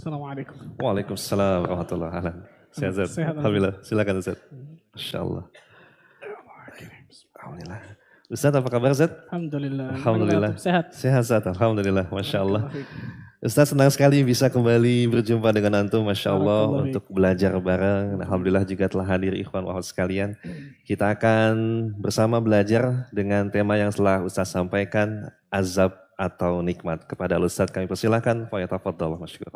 Assalamualaikum. Waalaikumsalam warahmatullahi wabarakatuh. Sehat. Alhamdulillah. Silakan Ustaz. Masya Allah. Alhamdulillah. Ustaz apa kabar Ustaz? Alhamdulillah. Alhamdulillah. Sehat. Sehat Ustaz. Alhamdulillah. Masya Allah. Ustaz senang sekali bisa kembali berjumpa dengan antum. Masya Allah untuk belajar bareng. Alhamdulillah juga telah hadir ikhwan wahad sekalian. Kita akan bersama belajar dengan tema yang telah Ustaz sampaikan, azab atau nikmat. Kepada Ustaz kami persilahkan. Fa yatafadhal masykurah.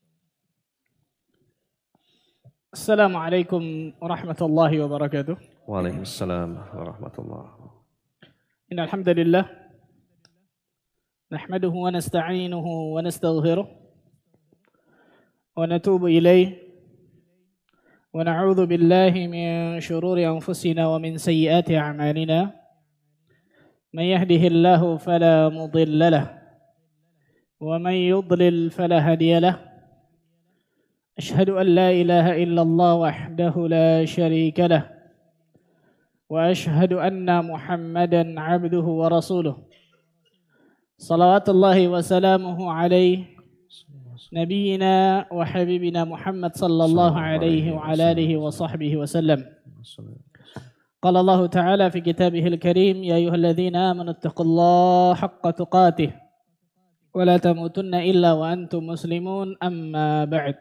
Assalamualaikum warahmatullahi wabarakatuh. Waalaikumsalam warahmatullahi wabarakatuh. Innal hamdalillah nahmaduhu wa nasta'inuhu wa nastaghfiruh wa natubu ilayh wa na'udzu billahi min shururi anfusina wa min sayyiati a'malina. Man yahdihillahu fala mudilla lahu wa man yudlil fala hadiya lahu. أشهد أن لا إله إلا الله وحده لا شريك له وأشهد أن محمدا عبده ورسوله صلوات الله وسلامه عليه نبينا وحبيبنا محمد صلى الله عليه وعلى آله وصحبه وسلم. قال الله تعالى في كتابه الكريم يا أيها الذين آمنوا اتقوا الله حق تقاته ولا تموتن إلا وأنتم مسلمون أما بعد.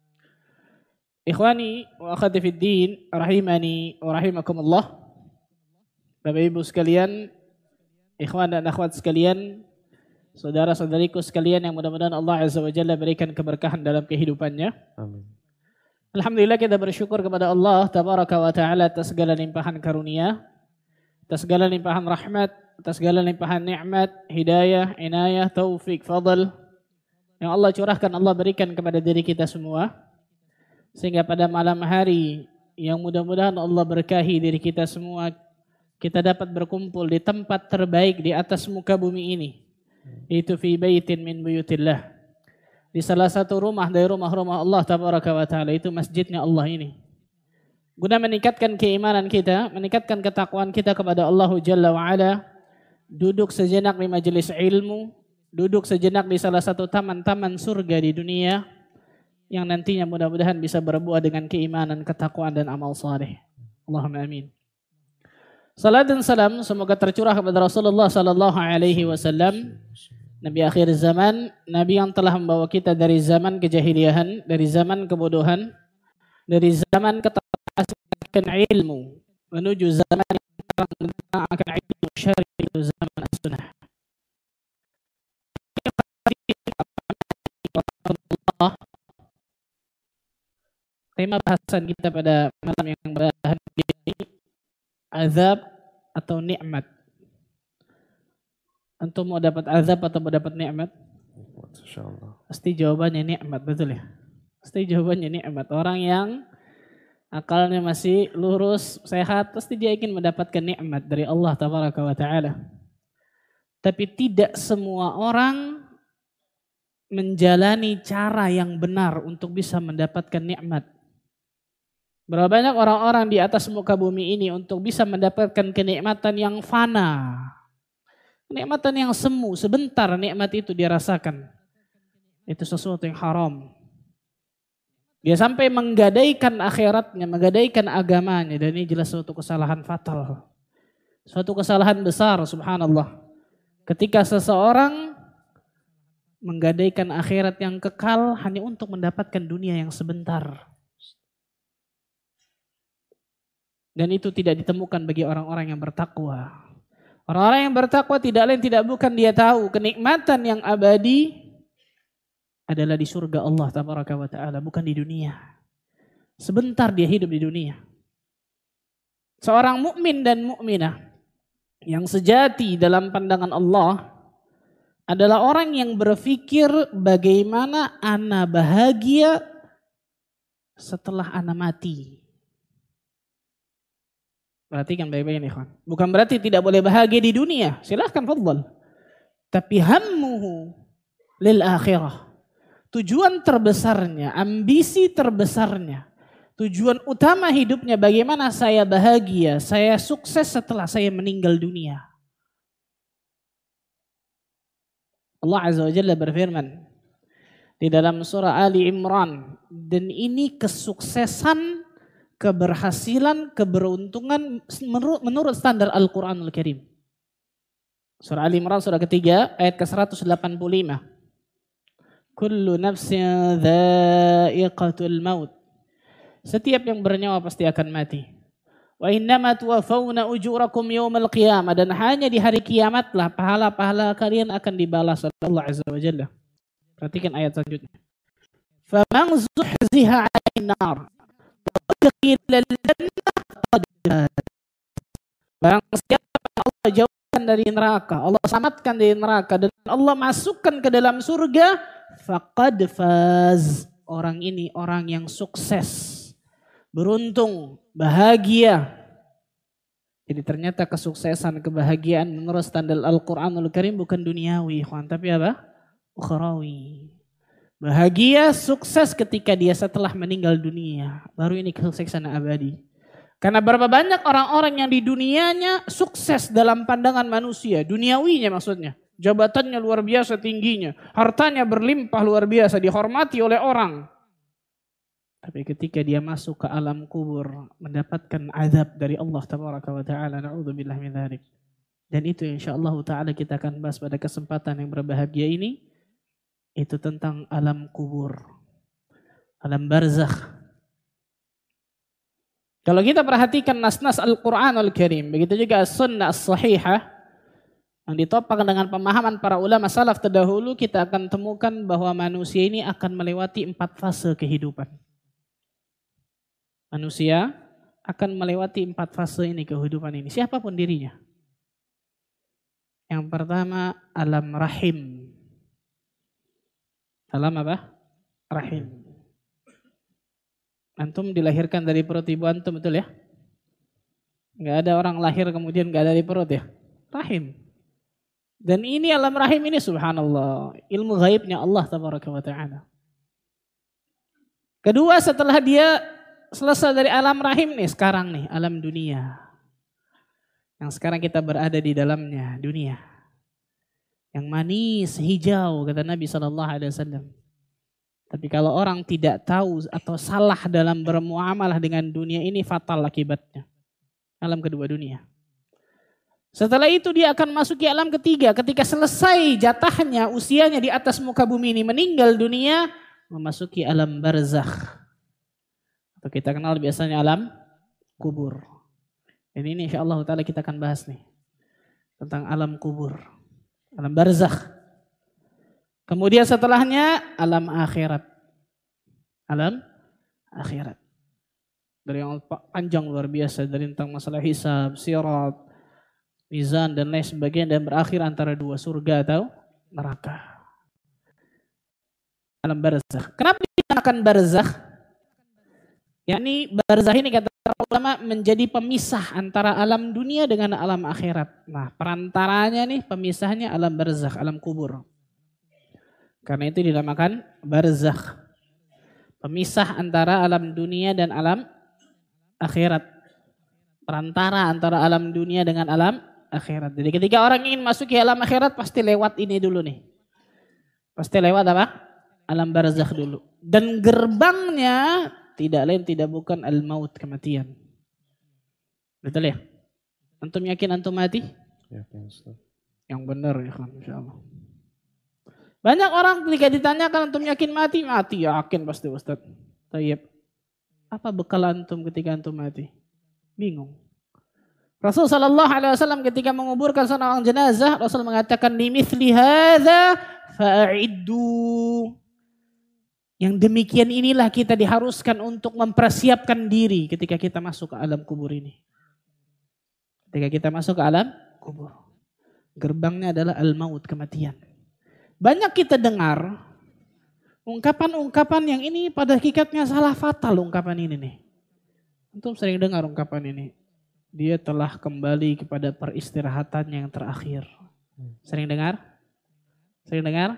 Ikhwani wa akhwati fid din, rahimani wa rahimakumullah. Bapak Ibu sekalian, ikhwan dan akhwat sekalian, saudara-saudariku sekalian yang mudah-mudahan Allah Azza wa Jalla berikan keberkahan dalam kehidupannya. Amin. Alhamdulillah kita bersyukur kepada Allah Tabaraka wa Ta'ala atas segala limpahan karunia, atas segala limpahan rahmat, atas segala limpahan nikmat, hidayah, inayah, taufik, fadl yang Allah curahkan, Allah berikan kepada diri kita semua. Sehingga pada malam hari yang mudah-mudahan Allah berkahi diri kita semua, kita dapat berkumpul di tempat terbaik di atas muka bumi ini, yaitu fi baitin min buyutillah, di salah satu rumah dari rumah-rumah Allah Tabaraka wa Ta'ala, itu masjidnya Allah ini, guna meningkatkan keimanan kita, meningkatkan ketakwaan kita kepada Allah Jalla wa Ala, duduk sejenak di majelis ilmu, duduk sejenak di salah satu taman-taman surga di dunia, yang nantinya mudah-mudahan bisa berbuah dengan keimanan, ketakwaan dan amal saleh. Allahumma amin. Salat dan salam semoga tercurah kepada Rasulullah sallallahu alaihi wasallam, Nabi akhir zaman, Nabi yang telah membawa kita dari zaman kejahiliahan, dari zaman kebodohan, dari zaman ketidakasihkan ilmu menuju zaman yang akan ilmu syar'i, itu zaman as-sunnah. Tema bahasan kita pada malam yang berbahagia ini, azab atau nikmat. Antum mau dapat azab atau mau dapat nikmat? Pasti jawabannya nikmat, betul ya? Pasti jawabannya nikmat. Orang yang akalnya masih lurus, sehat, pasti dia ingin mendapatkan nikmat dari Allah Tabaraka wa Ta'ala. Tapi tidak semua orang menjalani cara yang benar untuk bisa mendapatkan nikmat. Berapa banyak orang-orang di atas muka bumi ini untuk bisa mendapatkan kenikmatan yang fana, kenikmatan yang semu, sebentar nikmat itu dia rasakan. Itu sesuatu yang haram. Dia sampai menggadaikan akhiratnya, menggadaikan agamanya, dan ini jelas suatu kesalahan fatal. Suatu kesalahan besar, subhanallah. Ketika seseorang menggadaikan akhirat yang kekal hanya untuk mendapatkan dunia yang sebentar. Dan itu tidak ditemukan bagi orang-orang yang bertakwa. Orang-orang yang bertakwa tidak lain tidak bukan dia tahu kenikmatan yang abadi adalah di surga Allah Tabaraka wa Ta'ala, bukan di dunia. Sebentar dia hidup di dunia. Seorang mukmin dan mukminah yang sejati dalam pandangan Allah adalah orang yang berpikir bagaimana ana bahagia setelah ana mati. Perhatikan baik-baik ini, kawan. Bukan berarti tidak boleh bahagia di dunia. Silahkan, fadhal. Tapi hammuhu lil akhirah. Tujuan terbesarnya, ambisi terbesarnya, tujuan utama hidupnya bagaimana saya bahagia, saya sukses setelah saya meninggal dunia. Allah Azza wa Jalla berfirman di dalam surah Ali Imran. Dan ini kesuksesan, keberhasilan, keberuntungan menurut standar Al-Quranul Karim. Surah Ali Imran surah ketiga ayat ke-185. Kullu nafsin dha'iqatul maut. Setiap yang bernyawa pasti akan mati. Wa innama tuwaffawna ujurakum yawmal qiyamah. Dan hanya di hari kiamatlah pahala-pahala kalian akan dibalas oleh Allah Azza wa Jalla. Perhatikan ayat selanjutnya. Faman zuhziha 'anil nar wa udkhila al-jannah faqad faz. Barang siapa Allah jauhkan dari neraka, Allah selamatkan dari neraka dan Allah masukkan ke dalam surga, faqad faz. Orang ini orang yang sukses, beruntung, bahagia. Jadi ternyata kesuksesan, kebahagiaan menurut standar Al-Quranul Karim bukan duniawi, tapi apa? Ukhrawi. Bahagia, sukses ketika dia setelah meninggal dunia. Baru ini kesuksesan abadi. Karena berapa banyak orang-orang yang di dunianya sukses dalam pandangan manusia. Duniawinya maksudnya. Jabatannya luar biasa tingginya. Hartanya berlimpah luar biasa. Dihormati oleh orang. Tapi ketika dia masuk ke alam kubur. Mendapatkan azab dari Allah Tabaraka wa Ta'ala. Na'udzubillah min dzalik. Dan itu insyaAllah ta'ala kita akan bahas pada kesempatan yang berbahagia ini. Itu tentang alam kubur. Alam barzakh. Kalau kita perhatikan nas-nas Al-Quranul Karim, begitu juga as-sunnah as-sahihah, yang ditopang dengan pemahaman para ulama salaf terdahulu, kita akan temukan bahwa manusia ini akan melewati 4 fase kehidupan. Manusia akan melewati 4 fase ini kehidupan ini, siapapun dirinya. Yang pertama, alam rahim. Alam apa? Rahim. Antum dilahirkan dari perut ibu antum, betul ya? Enggak ada orang lahir kemudian enggak ada di perut ya? Rahim. Dan ini alam rahim ini subhanallah, ilmu gaibnya Allah Tabaraka wa Ta'ala. Kedua, setelah dia selesai dari alam rahim nih, sekarang nih alam dunia. Yang sekarang kita berada di dalamnya, dunia. Yang manis, hijau, kata Nabi SAW. Tapi kalau orang tidak tahu atau salah dalam bermuamalah dengan dunia ini, fatal akibatnya. Alam kedua dunia. Setelah itu dia akan masuki alam ketiga. Ketika selesai jatahnya, usianya di atas muka bumi ini, meninggal dunia, memasuki alam barzakh. Atau kita kenal biasanya alam kubur. Dan ini insyaAllah ta'ala kita akan bahas nih. Tentang alam kubur. Alam barzakh. Kemudian setelahnya alam akhirat. Alam akhirat. Dari yang panjang luar biasa. Dari tentang masalah hisab, sirat, mizan dan lain sebagainya. Dan berakhir antara 2 surga atau neraka. Alam barzakh. Kenapa dinamakan barzakh? Yakni barzakh ini kata ulama menjadi pemisah antara alam dunia dengan alam akhirat. Nah perantaranya nih pemisahnya alam barzakh, alam kubur. Karena itu dinamakan barzakh. Pemisah antara alam dunia dan alam akhirat. Perantara antara alam dunia dengan alam akhirat. Jadi ketika orang ingin masuk ke alam akhirat pasti lewat ini dulu nih. Pasti lewat apa? Alam barzakh dulu. Dan gerbangnya tidak lain tidak bukan al-maut, kematian. Betul ya? Antum yakin antum mati? Ya, Ustaz. Yang benar ya kan insyaallah. Banyak orang ketika ditanyakan antum yakin mati? Mati, yakin pasti Ustaz. Tayyib. Apa bekal antum ketika antum mati? Bingung. Rasul sallallahu alaihi wasallam ketika menguburkan seorang jenazah, Rasul mengatakan limithli hadza fa'iddu. Yang demikian inilah kita diharuskan untuk mempersiapkan diri ketika kita masuk ke alam kubur ini. Ketika kita masuk ke alam kubur. Gerbangnya adalah al-maut, kematian. Banyak kita dengar ungkapan-ungkapan yang ini pada hakikatnya salah fatal ungkapan ini nih. Antum sering dengar ungkapan ini. Dia telah kembali kepada peristirahatan yang terakhir. Sering dengar? Sering dengar?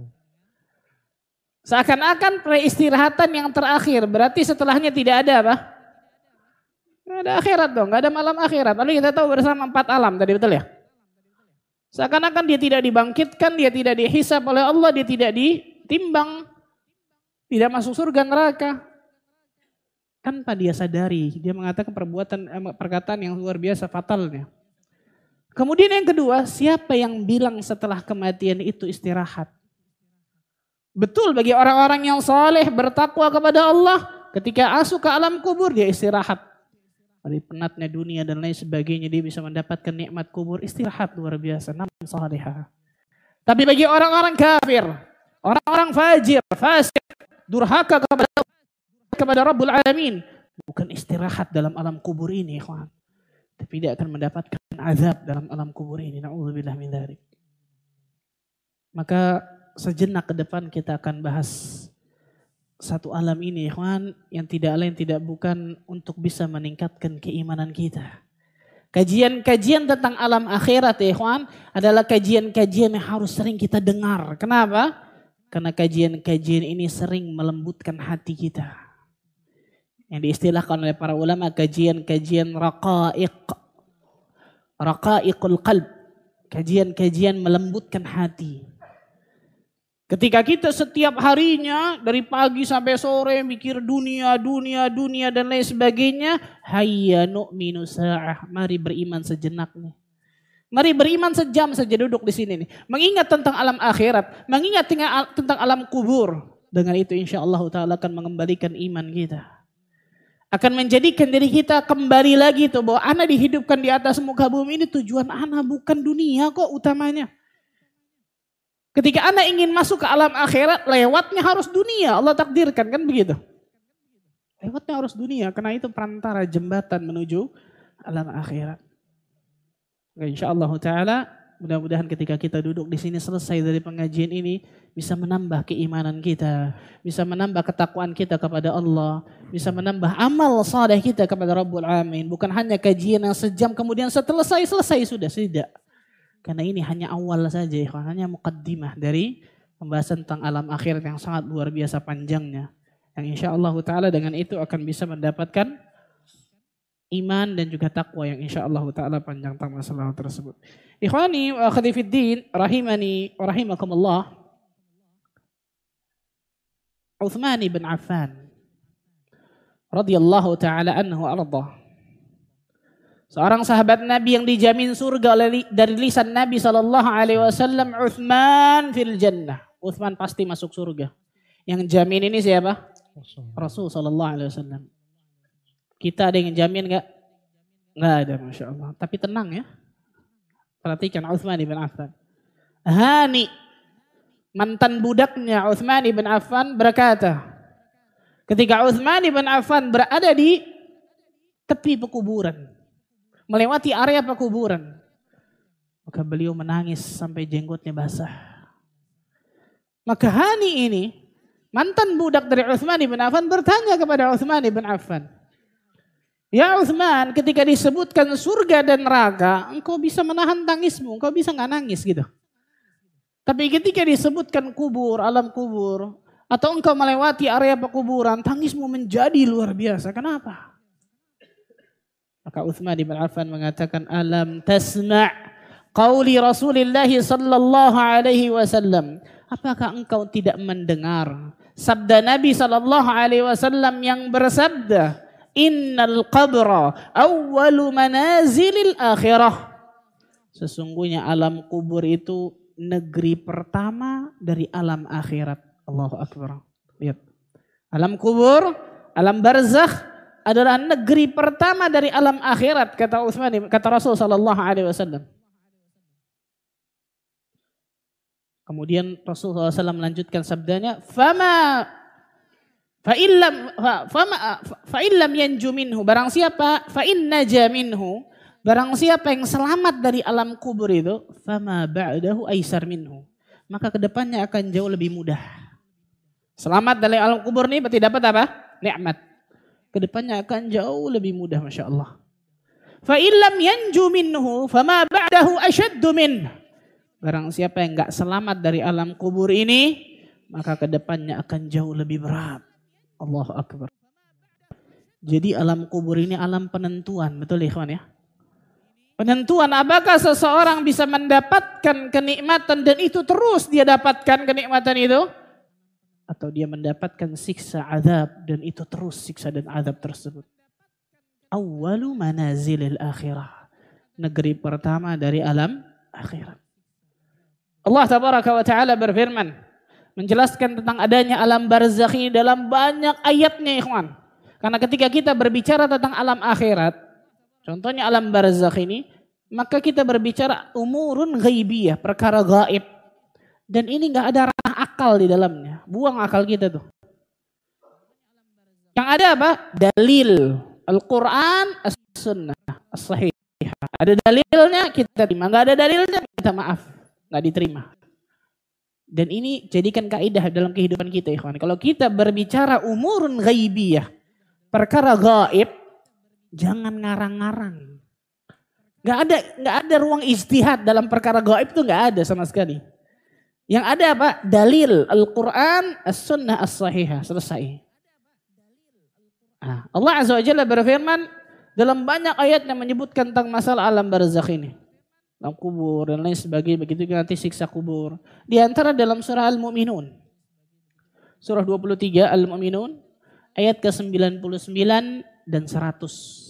Seakan-akan peristirahatan yang terakhir. Berarti setelahnya tidak ada apa? Tidak ada akhirat dong. Tidak ada malam akhirat. Lalu kita tahu bersama 4 alam tadi, betul ya? Seakan-akan dia tidak dibangkitkan, dia tidak dihisab oleh Allah, dia tidak ditimbang. tidak masuk surga neraka. Tanpa dia sadari, dia mengatakan perkataan yang luar biasa fatalnya. Kemudian yang kedua, siapa yang bilang setelah kematian itu istirahat? Betul bagi orang-orang yang saleh bertakwa kepada Allah, ketika masuk ke alam kubur dia istirahat. Dari penatnya dunia dan lain sebagainya, dia bisa mendapatkan nikmat kubur, istirahat luar biasa, nam salihah. Tapi bagi orang-orang kafir, orang-orang fajir, fasik, durhaka kepada Rabbul Alamin, bukan istirahat dalam alam kubur ini, ikhwan. Tapi dia akan mendapatkan azab dalam alam kubur ini. Na'udzubillah min dzalik. Maka sejenak ke depan kita akan bahas satu alam ini, ikhwan, yang tidak lain tidak bukan untuk bisa meningkatkan keimanan kita. Kajian-kajian tentang alam akhirat, ikhwan, adalah kajian-kajian yang harus sering kita dengar. Kenapa? Karena kajian-kajian ini sering melembutkan hati kita. Yang diistilahkan oleh para ulama kajian-kajian raqaiqul qalb. Kajian-kajian melembutkan hati. Ketika kita setiap harinya dari pagi sampai sore mikir dunia dan lain sebagainya, hayya nu'minu sa'ah, mari beriman sejenak nih. Mari beriman sejam saja duduk di sini nih. Mengingat tentang alam akhirat, mengingat tentang alam kubur. Dengan itu insyaallah ta'ala akan mengembalikan iman kita. Akan menjadikan diri kita kembali lagi tuh bahwa ana dihidupkan di atas muka bumi ini tujuan ana bukan dunia kok utamanya. Ketika ana ingin masuk ke alam akhirat, lewatnya harus dunia. Allah takdirkan kan begitu. Lewatnya harus dunia, karena itu perantara jembatan menuju alam akhirat. InsyaAllah ta'ala, mudah-mudahan ketika kita duduk di sini selesai dari pengajian ini, bisa menambah keimanan kita, bisa menambah ketakwaan kita kepada Allah, bisa menambah amal saleh kita kepada Rabbul Alamin. Bukan hanya kajian yang sejam kemudian selesai sudah, tidak. Karena ini hanya awal saja, hanya muqaddimah dari pembahasan tentang alam akhirat yang sangat luar biasa panjangnya. Yang insyaallah ta'ala dengan itu akan bisa mendapatkan iman dan juga takwa yang insyaallah ta'ala panjang tentang masalah tersebut. Ikhwani wa akhwati fid din, rahimani wa rahimakumullah. Utsman bin Affan radhiyallahu ta'ala anhu arda. Seorang sahabat Nabi yang dijamin surga dari lisan Nabi SAW, Utsman fil jannah. Utsman pasti masuk surga. Yang jamin ini siapa? Rasul SAW. Kita ada yang jamin enggak? Enggak ada, Masya Allah. Tapi tenang ya. Perhatikan Utsman bin Affan. Hani, mantan budaknya Utsman bin Affan berkata, ketika Utsman bin Affan berada di tepi pekuburan, melewati area pekuburan, maka beliau menangis sampai jenggotnya basah. Maka Hani ini, mantan budak dari Utsman bin Affan, bertanya kepada Utsman bin Affan, ya Utsman, ketika disebutkan surga dan neraka, engkau bisa menahan tangismu, engkau bisa nggak nangis gitu. Tapi ketika disebutkan kubur, alam kubur, atau engkau melewati area pekuburan, tangismu menjadi luar biasa. Kenapa? Maka Utsman bin Affan mengatakan, alam tasma' qauli Rasulullah sallallahu alaihi wasallam. Apakah engkau tidak mendengar sabda Nabi sallallahu alaihi wasallam yang bersabda, innal qabra awwalu manazilil akhirah. Sesungguhnya alam kubur itu negeri pertama dari alam akhirat. Allahu akbar. Lihat. Alam kubur, alam barzakh adalah negeri pertama dari alam akhirat, kata Utsman, kata Rasul sallallahu alaihi wasallam. Kemudian Rasulullah SAW melanjutkan sabdanya, fa illam yanju minhu, barang siapa barang siapa yang selamat dari alam kubur itu, fama ba'dahu aisar minhu, maka kedepannya akan jauh lebih mudah. Selamat dari alam kubur ini berarti dapat apa? Nikmat. Kedepannya akan jauh lebih mudah, Masya Allah. Fa illam yanju minhu fama ba'dahu ashaddu min. Barang siapa yang enggak selamat dari alam kubur ini, maka kedepannya akan jauh lebih berat. Allahu akbar. Jadi alam kubur ini alam penentuan, betul ikhwan ya? Penentuan apakah seseorang bisa mendapatkan kenikmatan dan itu terus dia dapatkan kenikmatan itu, atau dia mendapatkan siksa azab dan itu terus siksa dan azab tersebut. Awwalu manazilil akhirah. Negeri pertama dari alam akhirat. Allah tabaraka wa ta'ala berfirman menjelaskan tentang adanya alam barzakh ini dalam banyak ayatnya ikhwan. Karena ketika kita berbicara tentang alam akhirat, contohnya alam barzakh ini, maka kita berbicara umurun ghaibiyah, perkara gaib. Dan ini enggak ada ranah akal di dalamnya. Buang akal kita tuh. Yang ada apa? Dalil. Al-Quran, As-Sunnah, As-Sahih. Ada dalilnya, kita terima. Enggak ada dalilnya, kita maaf. Enggak diterima. Dan ini jadikan kaidah dalam kehidupan kita, ikhwan. Kalau kita berbicara umurun ghaibiyah, perkara gaib, jangan ngarang-ngarang. Enggak ada ruang ijtihad dalam perkara gaib itu enggak ada sama sekali. Yang ada apa? Dalil Al-Quran, As-Sunnah, As-Sahihah. Selesai. Nah, Allah Azza wa Jalla berfirman dalam banyak ayat yang menyebutkan tentang masalah alam barzakh ini. Alam kubur dan lain sebagainya. Begitu nanti siksa kubur. Di antara dalam surah Al-Mu'minun. Surah 23 Al-Mu'minun. Ayat ke-99 dan 100.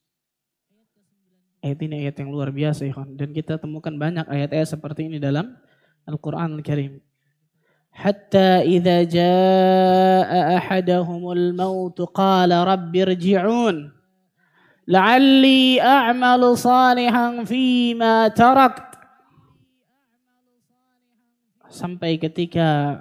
Ayat ini ayat yang luar biasa. Dan kita temukan banyak ayat-ayat seperti ini dalam Al-Quran Al-Karim. Hatta idza jaa ahadahumul maut qala rabbi irji'un la'alli a'malu salihan fima tarakt. Sampai ketika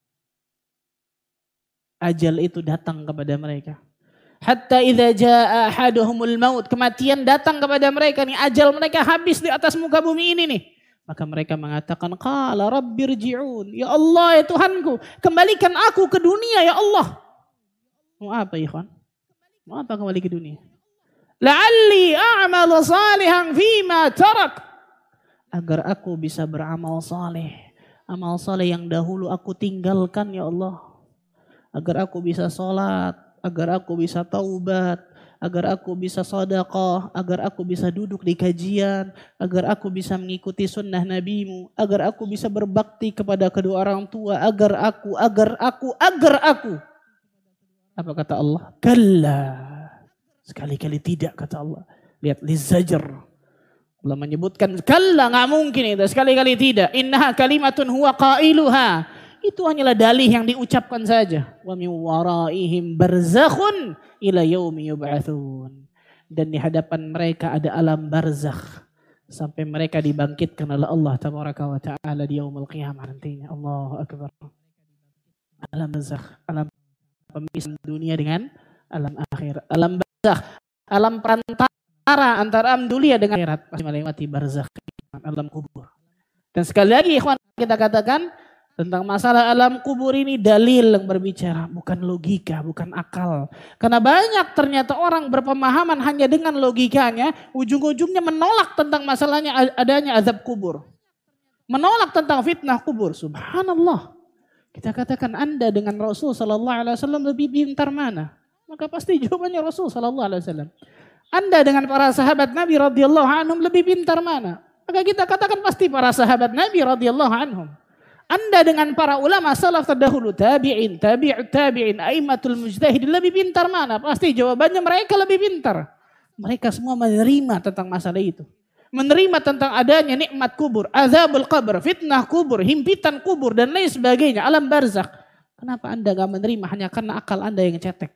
ajal itu datang kepada mereka. Hatta idza jaa ahaduhumul maut, kematian datang kepada mereka nih, ajal mereka habis di atas muka bumi ini nih. Maka mereka mengatakan, qala rabbirji'un. Ya Allah, ya Tuhanku, kembalikan aku ke dunia ya Allah. Mau apa ikhwan? Mau apa kembali ke dunia? La'alli a'malu salihan fima tarak. Agar aku bisa beramal saleh. Amal saleh yang dahulu aku tinggalkan ya Allah. Agar aku bisa sholat. Agar aku bisa taubat. Agar aku bisa sedekah, agar aku bisa duduk di kajian, agar aku bisa mengikuti sunnah nabimu, agar aku bisa berbakti kepada kedua orang tua, agar aku. Apa kata Allah? Kalla. Sekali-kali tidak kata Allah. Lihat lizajar. Allah menyebutkan kalla, nggak mungkin itu. Sekali-kali tidak. Innaha kalimatun huwa qailuha. Itu hanyalah dalih yang diucapkan saja. Wa min waraihim barzakhun ila yaumi yub'atsun. Dan di hadapan mereka ada alam barzakh sampai mereka dibangkitkan oleh Allah tabaraka wa taala di yaumul qiyamah nantinya. Allahu akbar. Alam barzakh, alam pemisah dunia dengan alam akhir. Alam barzakh, alam perantara antara alam dunia dengan akhirat, pasti melewati barzakh, alam kubur. Dan sekali lagi ikhwan, kita katakan tentang masalah alam kubur ini dalil yang berbicara, bukan logika, bukan akal. Karena banyak ternyata orang berpemahaman hanya dengan logikanya, ujung-ujungnya menolak tentang masalahnya adanya azab kubur. Menolak tentang fitnah kubur. Subhanallah. Kita katakan Anda dengan Rasul sallallahu alaihi wasallam lebih pintar mana? Maka pasti jawabannya Rasul sallallahu alaihi wasallam. Anda dengan para sahabat Nabi radhiyallahu anhum lebih pintar mana? Maka kita katakan pasti para sahabat Nabi radhiyallahu anhum. Anda dengan para ulama salaf terdahulu, tabi'in, tabi'ut tabi'in, aimatul mujtahid, lebih pintar mana? Pasti jawabannya mereka lebih pintar. Mereka semua menerima tentang masalah itu. Menerima tentang adanya nikmat kubur, azabul qabr, fitnah kubur, himpitan kubur, dan lain sebagainya, alam barzakh. Kenapa Anda gak menerima hanya karena akal Anda yang cetek?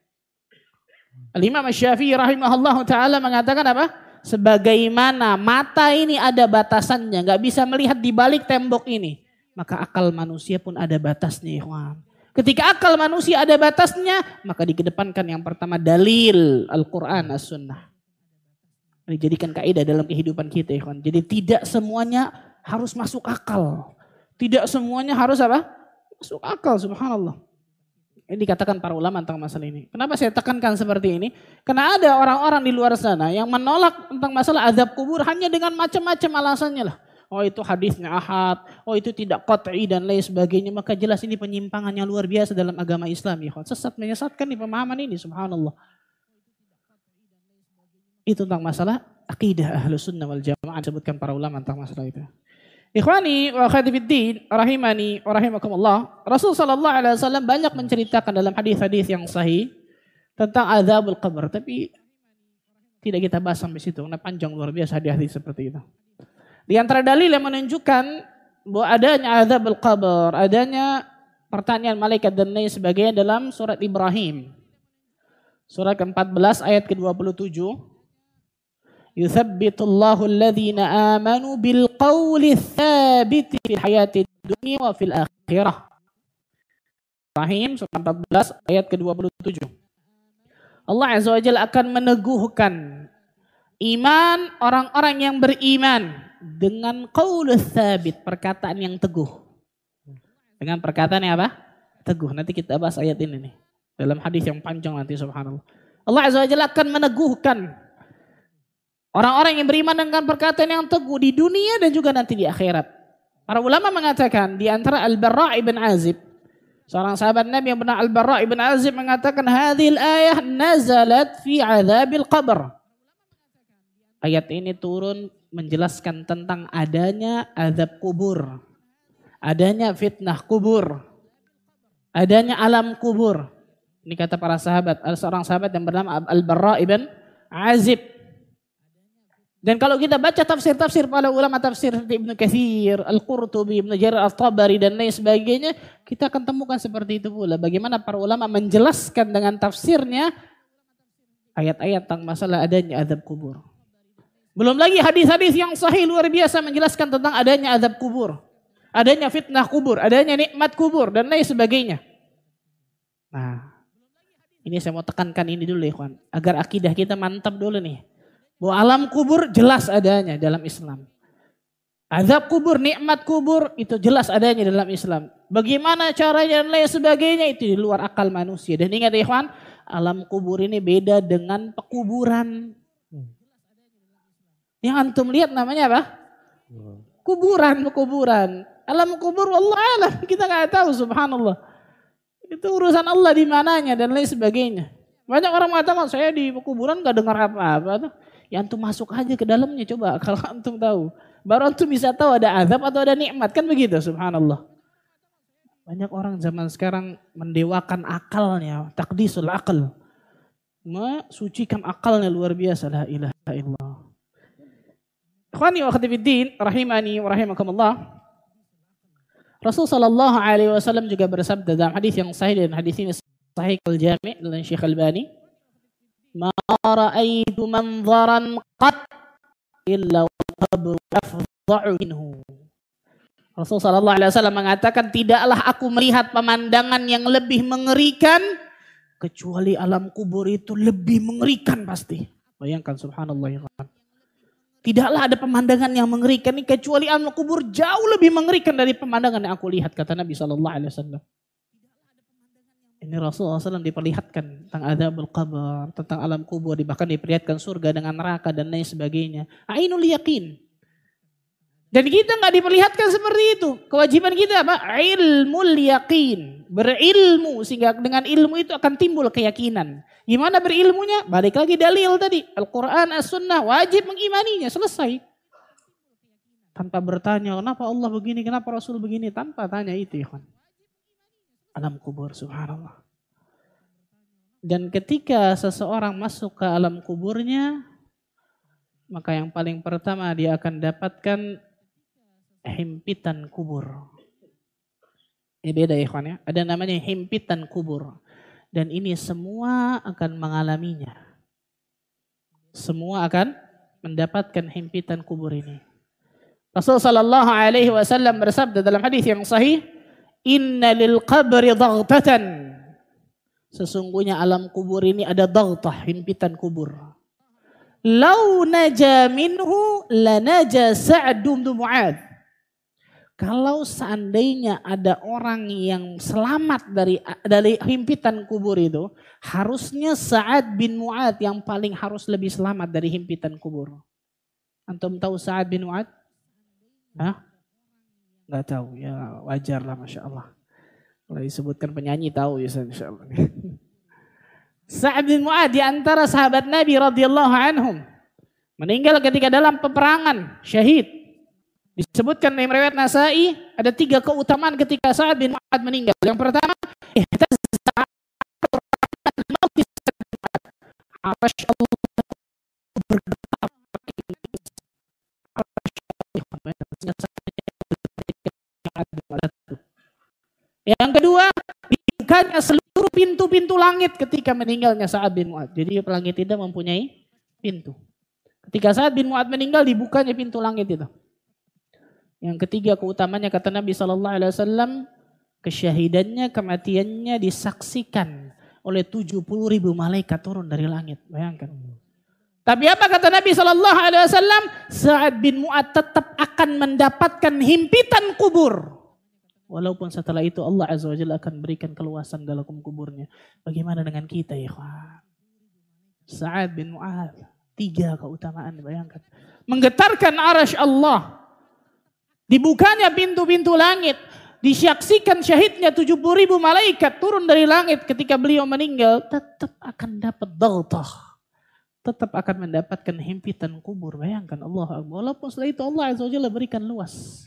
Al-Imam Syafi'i rahimahullah ta'ala mengatakan apa? Sebagaimana mata ini ada batasannya, gak bisa melihat di balik tembok ini. Maka akal manusia pun ada batasnya, ikhwan. Ketika akal manusia ada batasnya, maka dikedepankan yang pertama dalil Al-Quran, As-Sunnah. Dijadikan kaidah dalam kehidupan kita, ikhwan. Jadi tidak semuanya harus masuk akal. Tidak semuanya harus apa? Masuk akal, subhanallah. Ini dikatakan para ulama tentang masalah ini. Kenapa saya tekankan seperti ini? Karena ada orang-orang di luar sana yang menolak tentang masalah azab kubur hanya dengan macam-macam alasannya lah. Oh itu hadisnya ahad, oh itu tidak qat'i dan lain sebagainya. Maka jelas ini penyimpangan yang luar biasa dalam agama Islam. Ya. Sesat menyesatkan di pemahaman ini, subhanallah. Itu tentang masalah akidah Ahlus Sunnah wal Jamaah, disebutkan para ulama tentang masalah itu. Ikhwani wa akhwati fiddin, rahimani wa rahimakumullah. Rasul sallallahu alaihi wasallam banyak menceritakan dalam hadis-hadis yang sahih tentang azabul qabr, tapi tidak kita bahas sampai situ karena panjang luar biasa hadis seperti itu. Di antara dalil yang menunjukkan bahwa adanya azabul qabr, adanya pertanyaan malaikat dan lain sebagainya dalam surat Ibrahim. Surat ke-14 ayat ke-27. Yuthabbitullahu alladhina amanu bil qawli tsabiti fil hayati dunya wa fil akhirah. Ibrahim surat 14 ayat ke-27. Allah Azza wa Jalla akan meneguhkan iman orang-orang yang beriman dengan qaul tsabit, perkataan yang teguh. Dengan perkataan yang apa? Teguh. Nanti kita bahas ayat ini nih. Dalam hadis yang panjang nanti subhanallah. Allah Azza wa Jalla akan meneguhkan orang-orang yang beriman dengan perkataan yang teguh di dunia dan juga nanti di akhirat. Para ulama mengatakan di antara Al-Barra' ibn Azib, seorang sahabat Nabi yang bernama Al-Barra' ibn Azib mengatakan hadhil ayah nazalat fi azabil qabr. Ayat ini turun menjelaskan tentang adanya azab kubur, adanya fitnah kubur, adanya alam kubur. Ini kata para sahabat, ada seorang sahabat yang bernama Al-Barra' ibn Azib. Dan kalau kita baca tafsir-tafsir para ulama tafsir Ibnu Katsir, Al-Qurtubi, Ibnu Jarir At-Tabari dan lain sebagainya, kita akan temukan seperti itu pula. Bagaimana para ulama menjelaskan dengan tafsirnya ayat-ayat tentang masalah adanya azab kubur. Belum lagi hadis-hadis yang sahih luar biasa menjelaskan tentang adanya azab kubur, adanya fitnah kubur, adanya nikmat kubur dan lain sebagainya. Nah, ini saya mau tekankan ini dulu ya kawan, agar akidah kita mantap dulu nih. Bahwa alam kubur jelas adanya dalam Islam. Azab kubur, nikmat kubur itu jelas adanya dalam Islam. Bagaimana caranya dan lain sebagainya itu di luar akal manusia. Dan ingat ya kawan, alam kubur ini beda dengan pekuburan. Yang antum lihat namanya apa? Kuburan. Alam kubur wallah alam, kita nggak tahu subhanallah. Itu urusan Allah di mananya dan lain sebagainya. Banyak orang mengatakan saya di kuburan gak dengar apa-apa. Ya antum masuk aja ke dalamnya coba kalau antum tahu. Baru antum bisa tahu ada azab atau ada nikmat, kan begitu subhanallah. Banyak orang zaman sekarang mendewakan akalnya, taqdisul aql. Mensucikan akalnya luar biasa, la ilaha illallah. Ikhwani wa akhwati fiddin, rahimani wa rahimakumullah. Rasul sallallahu alaihi wasallam juga bersabda dalam hadis yang sahih, dan hadis ini sahih al-Jami' dan Syekh Albani, "Ma ra'aitu manzaran qat illa wal qabru afdha'u minhu." Rasul sallallahu alaihi wasallam mengatakan, tidaklah aku melihat pemandangan yang lebih mengerikan kecuali alam kubur itu lebih mengerikan pasti. Bayangkan subhanallah ya kan. Tidaklah ada pemandangan yang mengerikan ini kecuali alam kubur jauh lebih mengerikan dari pemandangan yang aku lihat, kata Nabi SAW. Ini Rasulullah SAW diperlihatkan tentang azabul qabr, tentang alam kubur, bahkan diperlihatkan surga dengan neraka dan lain sebagainya. Ainul yakin. Dan kita nggak diperlihatkan seperti itu. Kewajiban kita apa? Ilmul yakin. Berilmu, sehingga dengan ilmu itu akan timbul keyakinan. Gimana berilmunya? Balik lagi dalil tadi. Al-Quran, As-Sunnah, wajib mengimaninya. Selesai. Tanpa bertanya, kenapa Allah begini, kenapa Rasul begini. Tanpa tanya itu ya kan. Alam kubur, subhanallah. Dan ketika seseorang masuk ke alam kuburnya, maka yang paling pertama dia akan dapatkan himpitan kubur. Ini beda ya ikhwan ya. Ada namanya himpitan kubur. Dan ini semua akan mengalaminya. Semua akan mendapatkan himpitan kubur ini. Rasul sallallahu alaihi wasallam bersabda dalam hadis yang sahih, "Inna lil qabri daghtatan." Sesungguhnya alam kubur ini ada daghtah, himpitan kubur. "Lau naja minhu lanaja Sa'd bin Mu'adz." Kalau seandainya ada orang yang selamat dari himpitan kubur itu, harusnya Sa'ad bin Mu'adz yang paling harus lebih selamat dari himpitan kubur. Antum tahu Sa'ad bin Mu'adz? Hah? Nggak tahu, ya wajar lah Masya Allah. Kalau disebutkan penyanyi tahu ya Insya Allah. Sa'ad bin Mu'adz di antara sahabat Nabi radhiyallahu anhum. Meninggal ketika dalam peperangan, syahid. Disebutkan dalam riwayat Nasai ada 3 keutamaan ketika Sa'ad bin Mu'adz meninggal. Yang pertama, yang kedua, dibukanya seluruh pintu-pintu langit ketika meninggalnya Sa'ad bin Mu'adz. Jadi langit tidak mempunyai pintu. Ketika Sa'ad bin Mu'adz meninggal, dibukanya pintu langit itu. Yang ketiga keutamanya kata Nabi SAW, kesyahidannya, kematiannya disaksikan oleh 70.000 malaikat turun dari langit. Bayangkan. Tapi apa kata Nabi SAW? Sa'ad bin Mu'adz tetap akan mendapatkan himpitan kubur. Walaupun setelah itu Allah Azza wa Jalla akan berikan keluasan dalam kuburnya. Bagaimana dengan kita ya ikhwan? Sa'ad bin Mu'adz, 3 keutamaan, bayangkan. Menggetarkan arasy Allah. Dibukanya pintu-pintu langit. Disaksikan syahidnya 70.000 malaikat turun dari langit ketika beliau meninggal. Tetap akan dapat daghtah. Tetap akan mendapatkan himpitan kubur. Bayangkan Allah. Walaupun setelah itu Allah Azza wa Jalla berikan luas.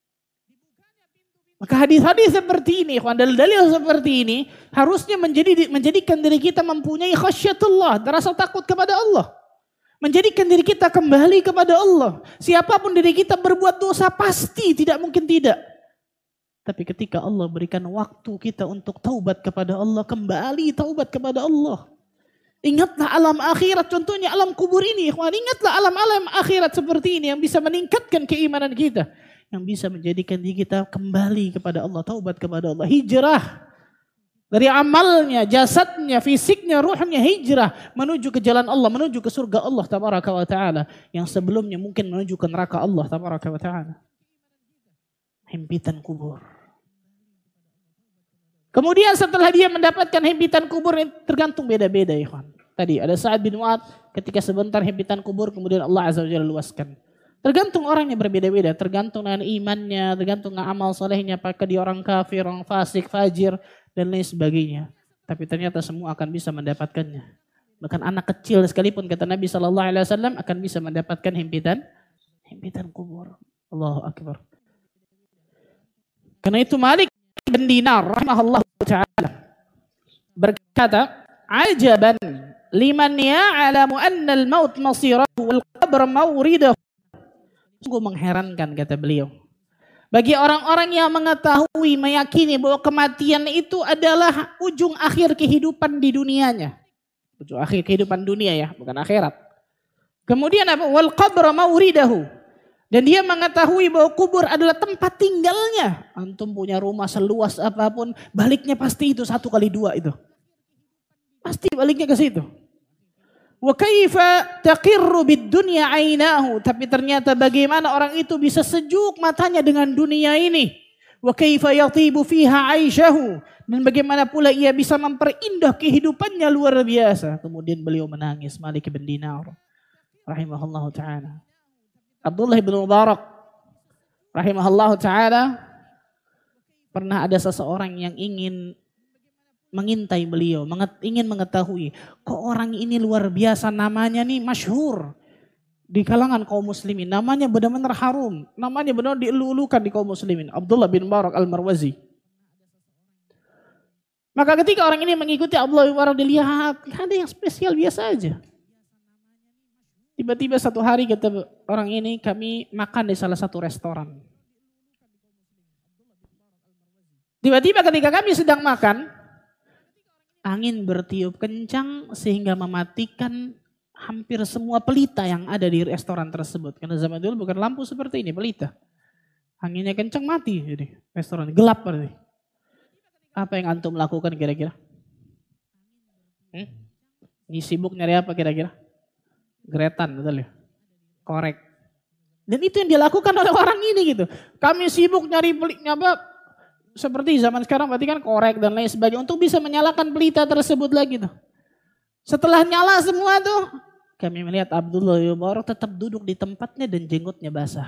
Maka hadis-hadis seperti ini, dalil-dalil seperti ini harusnya menjadikan diri kita mempunyai khasyatullah, rasa takut kepada Allah. Menjadikan diri kita kembali kepada Allah. Siapapun diri kita berbuat dosa pasti tidak mungkin tidak. Tapi ketika Allah berikan waktu kita untuk taubat kepada Allah, kembali taubat kepada Allah. Ingatlah alam akhirat, contohnya alam kubur ini. Ingatlah alam-alam akhirat seperti ini yang bisa meningkatkan keimanan kita. Yang bisa menjadikan diri kita kembali kepada Allah, taubat kepada Allah. Hijrah dari amalnya, jasadnya, fisiknya, ruhnya, hijrah menuju ke jalan Allah, menuju ke surga Allah tabaraka wa ta'ala. Yang sebelumnya mungkin menuju ke neraka Allah tabaraka wa ta'ala. Himpitan kubur. Kemudian setelah dia mendapatkan himpitan kubur, tergantung beda-beda ya kawan. Tadi ada Sa'ad bin Mu'adz ketika sebentar himpitan kubur, kemudian Allah Azza wa Jalla luaskan. Tergantung orangnya berbeda-beda, tergantung dengan imannya, tergantung dengan amal solehnya, apakah dia orang kafir, orang fasik, fajir, dan lain sebagainya. Tapi ternyata semua akan bisa mendapatkannya. Bahkan anak kecil sekalipun kata Nabi SAW akan bisa mendapatkan himpitan kubur. Allahu Akbar. Karena itu Malik bin Dinar rahimahullah ta'ala berkata, ajaban liman ya'alamu anna al-maut masirahu wal qabr mawridahu. Sungguh mengherankan kata beliau. Bagi orang-orang yang mengetahui, meyakini bahwa kematian itu adalah ujung akhir kehidupan di dunianya. Ujung akhir kehidupan dunia ya, bukan akhirat. Kemudian apa? Wal qabr mawridahu. Dan dia mengetahui bahwa kubur adalah tempat tinggalnya. Antum punya rumah seluas apapun, baliknya pasti itu 1 kali 2 itu. Pasti baliknya ke situ. Wa kaifa taqirru bid-dunya 'ainahu, tapi ternyata bagaimana orang itu bisa sejuk matanya dengan dunia ini. Wa kaifa yatibu fiha 'aishahu, dan bagaimana pula ia bisa memperindah kehidupannya luar biasa. Kemudian beliau menangis, Malik bin Dinar rahimahullahu taala. Abdullah bin Mubarak rahimahullahu taala, pernah ada seseorang yang ingin mengintai beliau, ingin mengetahui, kok orang ini luar biasa, namanya nih masyhur di kalangan kaum muslimin, namanya benar-benar harum, namanya benar dielu-elukan di kaum muslimin, Abdullah bin Mubarak al-Marwazi. Maka ketika orang ini mengikuti Abdullah bin Mubarak, dilihat ada yang spesial biasa aja. Tiba-tiba satu hari kata orang ini, kami makan di salah satu restoran. Tiba-tiba ketika kami sedang makan, angin bertiup kencang sehingga mematikan hampir semua pelita yang ada di restoran tersebut. Karena zaman dulu bukan lampu seperti ini, pelita. Anginnya kencang, mati jadi restoran, gelap berarti. Apa yang antum lakukan kira-kira? Ini sibuk nyari apa kira-kira? Gretan, betul ya? Korek. Dan itu yang dilakukan oleh orang ini gitu. Kami sibuk nyari apa? Seperti zaman sekarang berarti kan korek dan lain sebagainya untuk bisa menyalakan pelita tersebut lagi tuh. Setelah nyala semua tuh, kami melihat Abdullah bin Mubarak tetap duduk di tempatnya dan jenggotnya basah.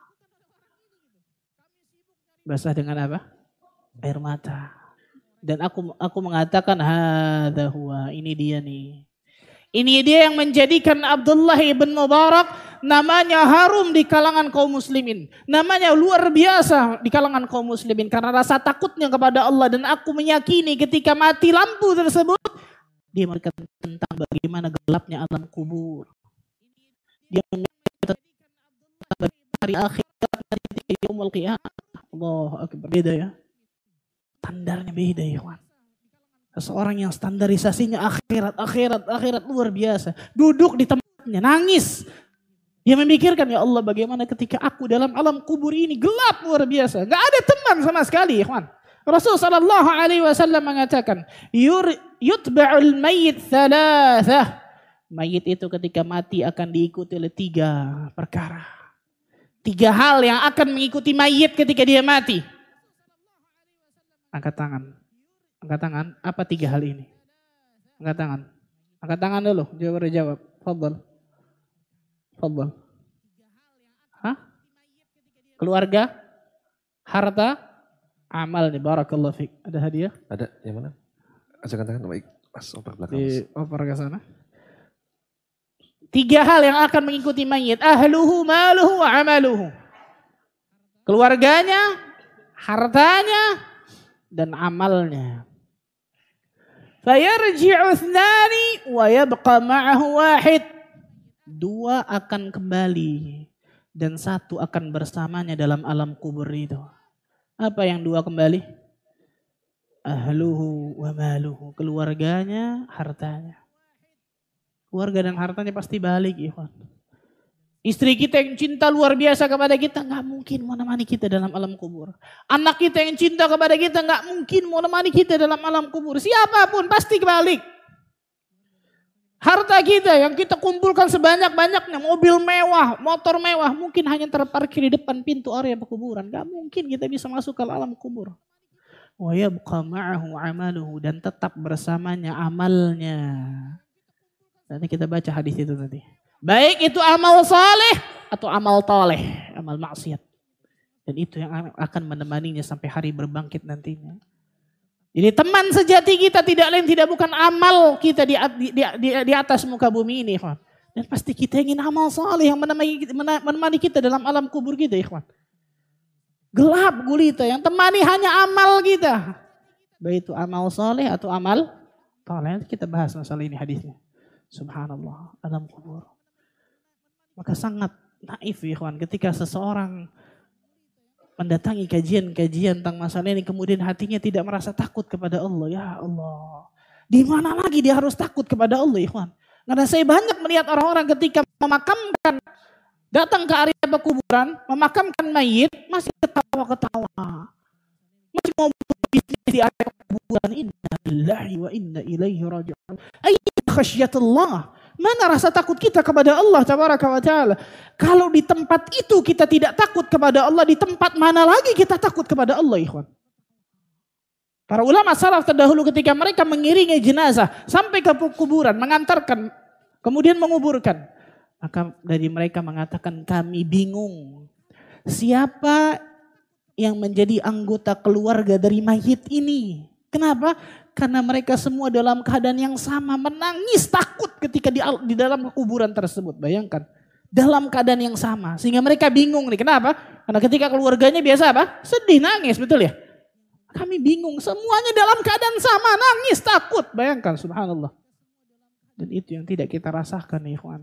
Basah dengan apa? Air mata. Dan aku mengatakan, hadza huwa, ini dia nih. Ini dia yang menjadikan Abdullah bin Mubarak namanya harum di kalangan kaum muslimin. Namanya luar biasa di kalangan kaum muslimin. Karena rasa takutnya kepada Allah. Dan aku meyakini ketika mati lampu tersebut, dia berkata tentang bagaimana gelapnya alam kubur. Dia menceritakan tentang hari akhirat, hari yaumul qiyamah. Allahu akbar. Beda ya. Standarnya beda ya kawan. Seseorang yang standarisasinya akhirat luar biasa. Duduk di tempatnya, nangis. Dia memikirkan, ya Allah bagaimana ketika aku dalam alam kubur ini gelap luar biasa. Gak ada teman sama sekali ya kawan. Rasulullah SAW mengatakan, yutba'ul mayyit thalathah. Mayit itu ketika mati akan diikuti oleh 3 perkara. 3 hal yang akan mengikuti mayit ketika dia mati. Angkat tangan. Angkat tangan. Apa 3 hal ini? Angkat tangan. Angkat tangan dulu. Jawab. Fadhal. Fadhal. Hah? Keluarga? Harta? Amal nih. Barakallahu fiik. Ada hadiah? Ada. Yang mana? Ajakan tangan. Baik. Mas, oper belakang. Oper ke sana. 3 hal yang akan mengikuti mayit. Ahluhu, maluhu, wa amaluhu. Keluarganya, hartanya, dan amalnya. Fayarji'u thnani wa yabqa ma'ahu wahid. 2 akan kembali dan 1 akan bersamanya dalam alam kubur itu. Apa yang 2 kembali? Ahluhu wa maluhu. Keluarganya, hartanya. Keluarga dan hartanya pasti balik, ikhwan. Istri kita yang cinta luar biasa kepada kita, gak mungkin menemani kita dalam alam kubur. Anak kita yang cinta kepada kita, gak mungkin menemani kita dalam alam kubur. Siapapun pasti balik. Harta kita yang kita kumpulkan sebanyak-banyaknya, mobil mewah, motor mewah, mungkin hanya terparkir di depan pintu area pekuburan. Gak mungkin kita bisa masuk ke alam kubur. Wa yabqa ma'ahu amaluhu, dan tetap bersamanya amalnya. Nanti kita baca hadis itu nanti. Baik itu amal saleh atau amal toleh, amal maksiat. Dan itu yang akan menemaninya sampai hari berbangkit nantinya. Jadi teman sejati kita tidak lain tidak bukan amal kita di atas muka bumi ini, ikhwan. Dan pasti kita ingin amal saleh yang menemani kita dalam alam kubur kita, ikhwan. Gelap gulita yang temani hanya amal kita. Baik itu amal saleh atau amal toleh. Kita bahas masalah ini hadisnya. Subhanallah, alam kubur. Maka sangat naif ya kawan ketika seseorang mendatangi kajian-kajian tentang masalah ini kemudian hatinya tidak merasa takut kepada Allah. Ya Allah, di mana lagi dia harus takut kepada Allah ya kawan. Karena saya banyak melihat orang-orang ketika memakamkan, datang ke area pekuburan, memakamkan mayit, masih ketawa-ketawa. Masih mau bisnis di area pekuburan. Inna lillahi wa inna ilaihi raji'un. Ayat khasyatullah. Mana rasa takut kita kepada Allah tabaraka wa ta'ala. Kalau di tempat itu kita tidak takut kepada Allah, di tempat mana lagi kita takut kepada Allah, ikhwan. Para ulama salaf terdahulu ketika mereka mengiringi jenazah sampai ke kuburan, mengantarkan, kemudian menguburkan. Maka dari mereka mengatakan, kami bingung. Siapa yang menjadi anggota keluarga dari mayit ini? Kenapa? Karena mereka semua dalam keadaan yang sama, menangis takut ketika di dalam kuburan tersebut. Bayangkan, dalam keadaan yang sama. Sehingga mereka bingung nih, kenapa? Karena ketika keluarganya biasa apa? Sedih, nangis, betul ya? Kami bingung, semuanya dalam keadaan sama, nangis, takut. Bayangkan, subhanallah. Dan itu yang tidak kita rasakan, ikhwan.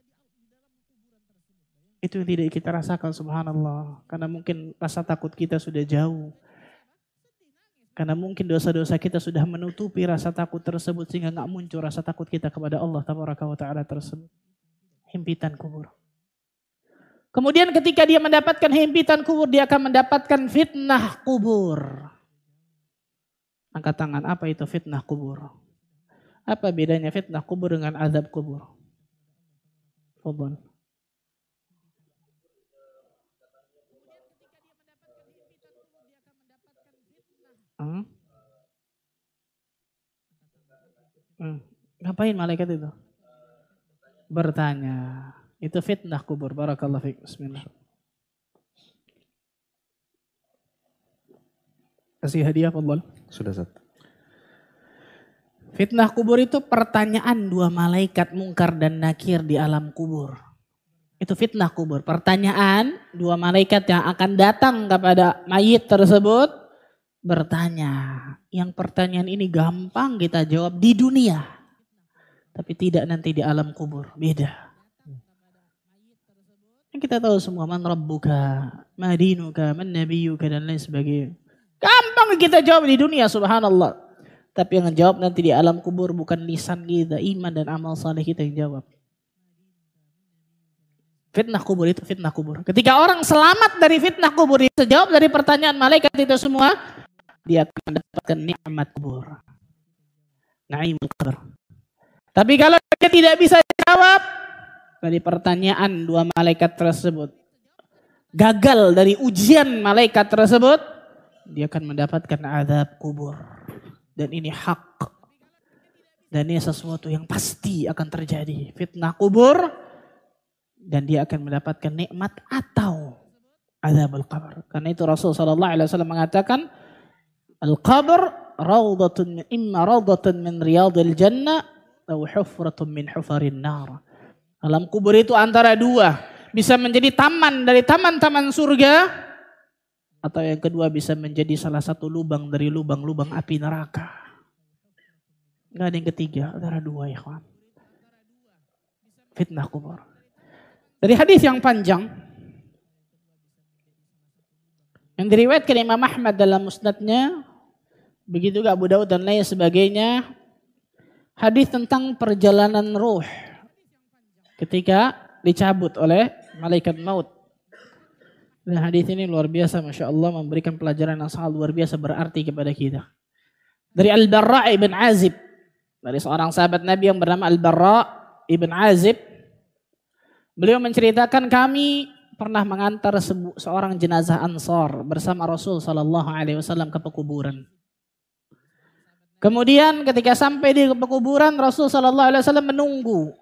Itu yang tidak kita rasakan, subhanallah. Karena mungkin rasa takut kita sudah jauh. Karena mungkin dosa-dosa kita sudah menutupi rasa takut tersebut sehingga gak muncul rasa takut kita kepada Allah tabaraka wa ta'ala tersebut. Himpitan kubur. Kemudian ketika dia mendapatkan himpitan kubur, dia akan mendapatkan fitnah kubur. Angkat tangan, apa itu fitnah kubur? Apa bedanya fitnah kubur dengan azab kubur? Fadhal. Ngapain malaikat itu? Bertanya. Itu fitnah kubur. Barakallahu fiik. Bismillah. Kasih hadiah, fadhal. Sudah, Ustaz. Fitnah kubur itu pertanyaan 2 malaikat Munkar dan Nakir di alam kubur. Itu fitnah kubur. Pertanyaan, dua malaikat yang akan datang kepada mayit tersebut bertanya. Yang pertanyaan ini gampang kita jawab di dunia. Tapi tidak nanti di alam kubur. Beda. Kita tahu semua man rabbuka, ma dinuka, man nabiyuka dan lain sebagainya. Gampang kita jawab di dunia, subhanallah. Tapi yang jawab nanti di alam kubur bukan lisan kita, iman dan amal saleh kita yang jawab. Fitnah kubur itu fitnah kubur. Ketika orang selamat dari fitnah kubur, dia jawab dari pertanyaan malaikat itu semua, dia akan mendapatkan nikmat kubur. Naimul qabr. Tapi kalau dia tidak bisa jawab dari pertanyaan dua malaikat tersebut, gagal dari ujian malaikat tersebut, dia akan mendapatkan azab kubur. Dan ini hak. Dan ini sesuatu yang pasti akan terjadi. Fitnah kubur. Dan dia akan mendapatkan nikmat atau azabul qabr. Karena itu Rasul sallallahu alaihi wasallam mengatakan al-qabr rawdatun imma rawdatun min riyadil jannah atau hufratun min hufarin nar. Alam kubur itu antara dua, bisa menjadi taman dari taman-taman surga atau yang kedua bisa menjadi salah satu lubang dari lubang-lubang api neraka. Enggak ada yang ketiga, antara dua ya kawan. Fitnah kubur. Dari hadis yang panjang yang diriwayatkan Imam Ahmad dalam musnadnya, begitu juga Abu Daud dan lain sebagainya, hadis tentang perjalanan ruh ketika dicabut oleh malaikat maut. Dan hadis ini luar biasa, masya Allah, memberikan pelajaran yang sangat luar biasa berarti kepada kita. Dari Al-Barra ibn Azib, dari seorang sahabat Nabi yang bernama Al-Barra ibn Azib. Beliau menceritakan kami pernah mengantar seorang jenazah Ansar bersama Rasul sallallahu alaihi wasallam ke pekuburan. Kemudian ketika sampai di pekuburan, Rasul sallallahu alaihi wasallam menunggu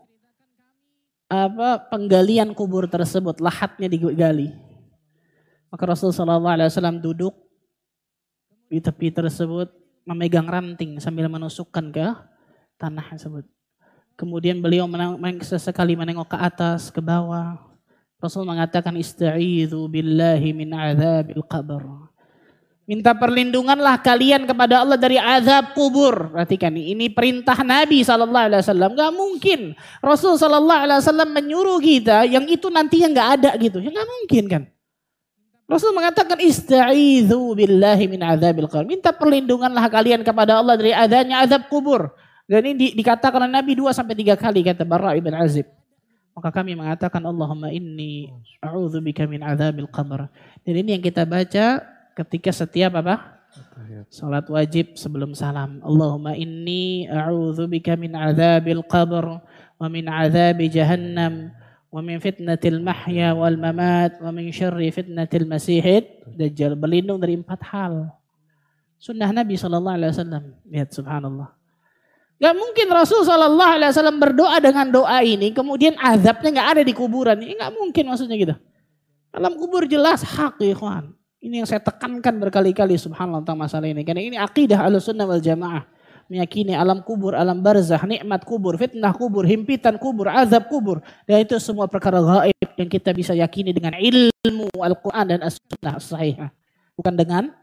penggalian kubur tersebut, lahatnya digali. Maka Rasul sallallahu alaihi wasallam duduk di tepi tersebut memegang ranting sambil menusukkan ke tanah tersebut. Kemudian beliau sesekali menengok ke atas, ke bawah. Rasul mengatakan ista'idzu billahi min adzabil qabr. Minta perlindunganlah kalian kepada Allah dari azab kubur. Perhatikan ini perintah Nabi sallallahu alaihi wasallam. Enggak mungkin Rasul sallallahu alaihi wasallam menyuruh kita yang itu nantinya enggak ada gitu. Ya enggak mungkin kan. Rasul mengatakan ista'idzu billahi min adzabil qabr. Minta perlindunganlah kalian kepada Allah dari adanya azab kubur. Dan ini dikatakan oleh Nabi 2-3 kali kata Barra ibn Azib. Maka kami mengatakan Allahumma inni a'udzubika min adzabil qabr. Dan ini yang kita baca ketika setiap salat wajib sebelum salam. Allahumma inni a'udzubika min adzabil qabr wa min adzabi jahannam wa min fitnatil mahya wal mamat wa min syarri fitnatil masihid dajjal. Berlindung dari 4 hal. Sunnah Nabi sallallahu alaihi wasallam. Lihat subhanallah. Gak mungkin Rasul sallallahu alaihi wasallam berdoa dengan doa ini kemudian azabnya gak ada di kuburan. Ini gak mungkin maksudnya gitu. Alam kubur jelas hak ya ikhwan. Ini yang saya tekankan berkali-kali subhanallah tentang masalah ini. Karena ini akidah Ahlussunnah wal Jamaah. Meyakini alam kubur, alam barzah, nikmat kubur, fitnah kubur, himpitan kubur, azab kubur. Dan itu semua perkara gaib yang kita bisa yakini dengan ilmu Al-Quran dan As-Sunnah As-Sahihah. Bukan dengan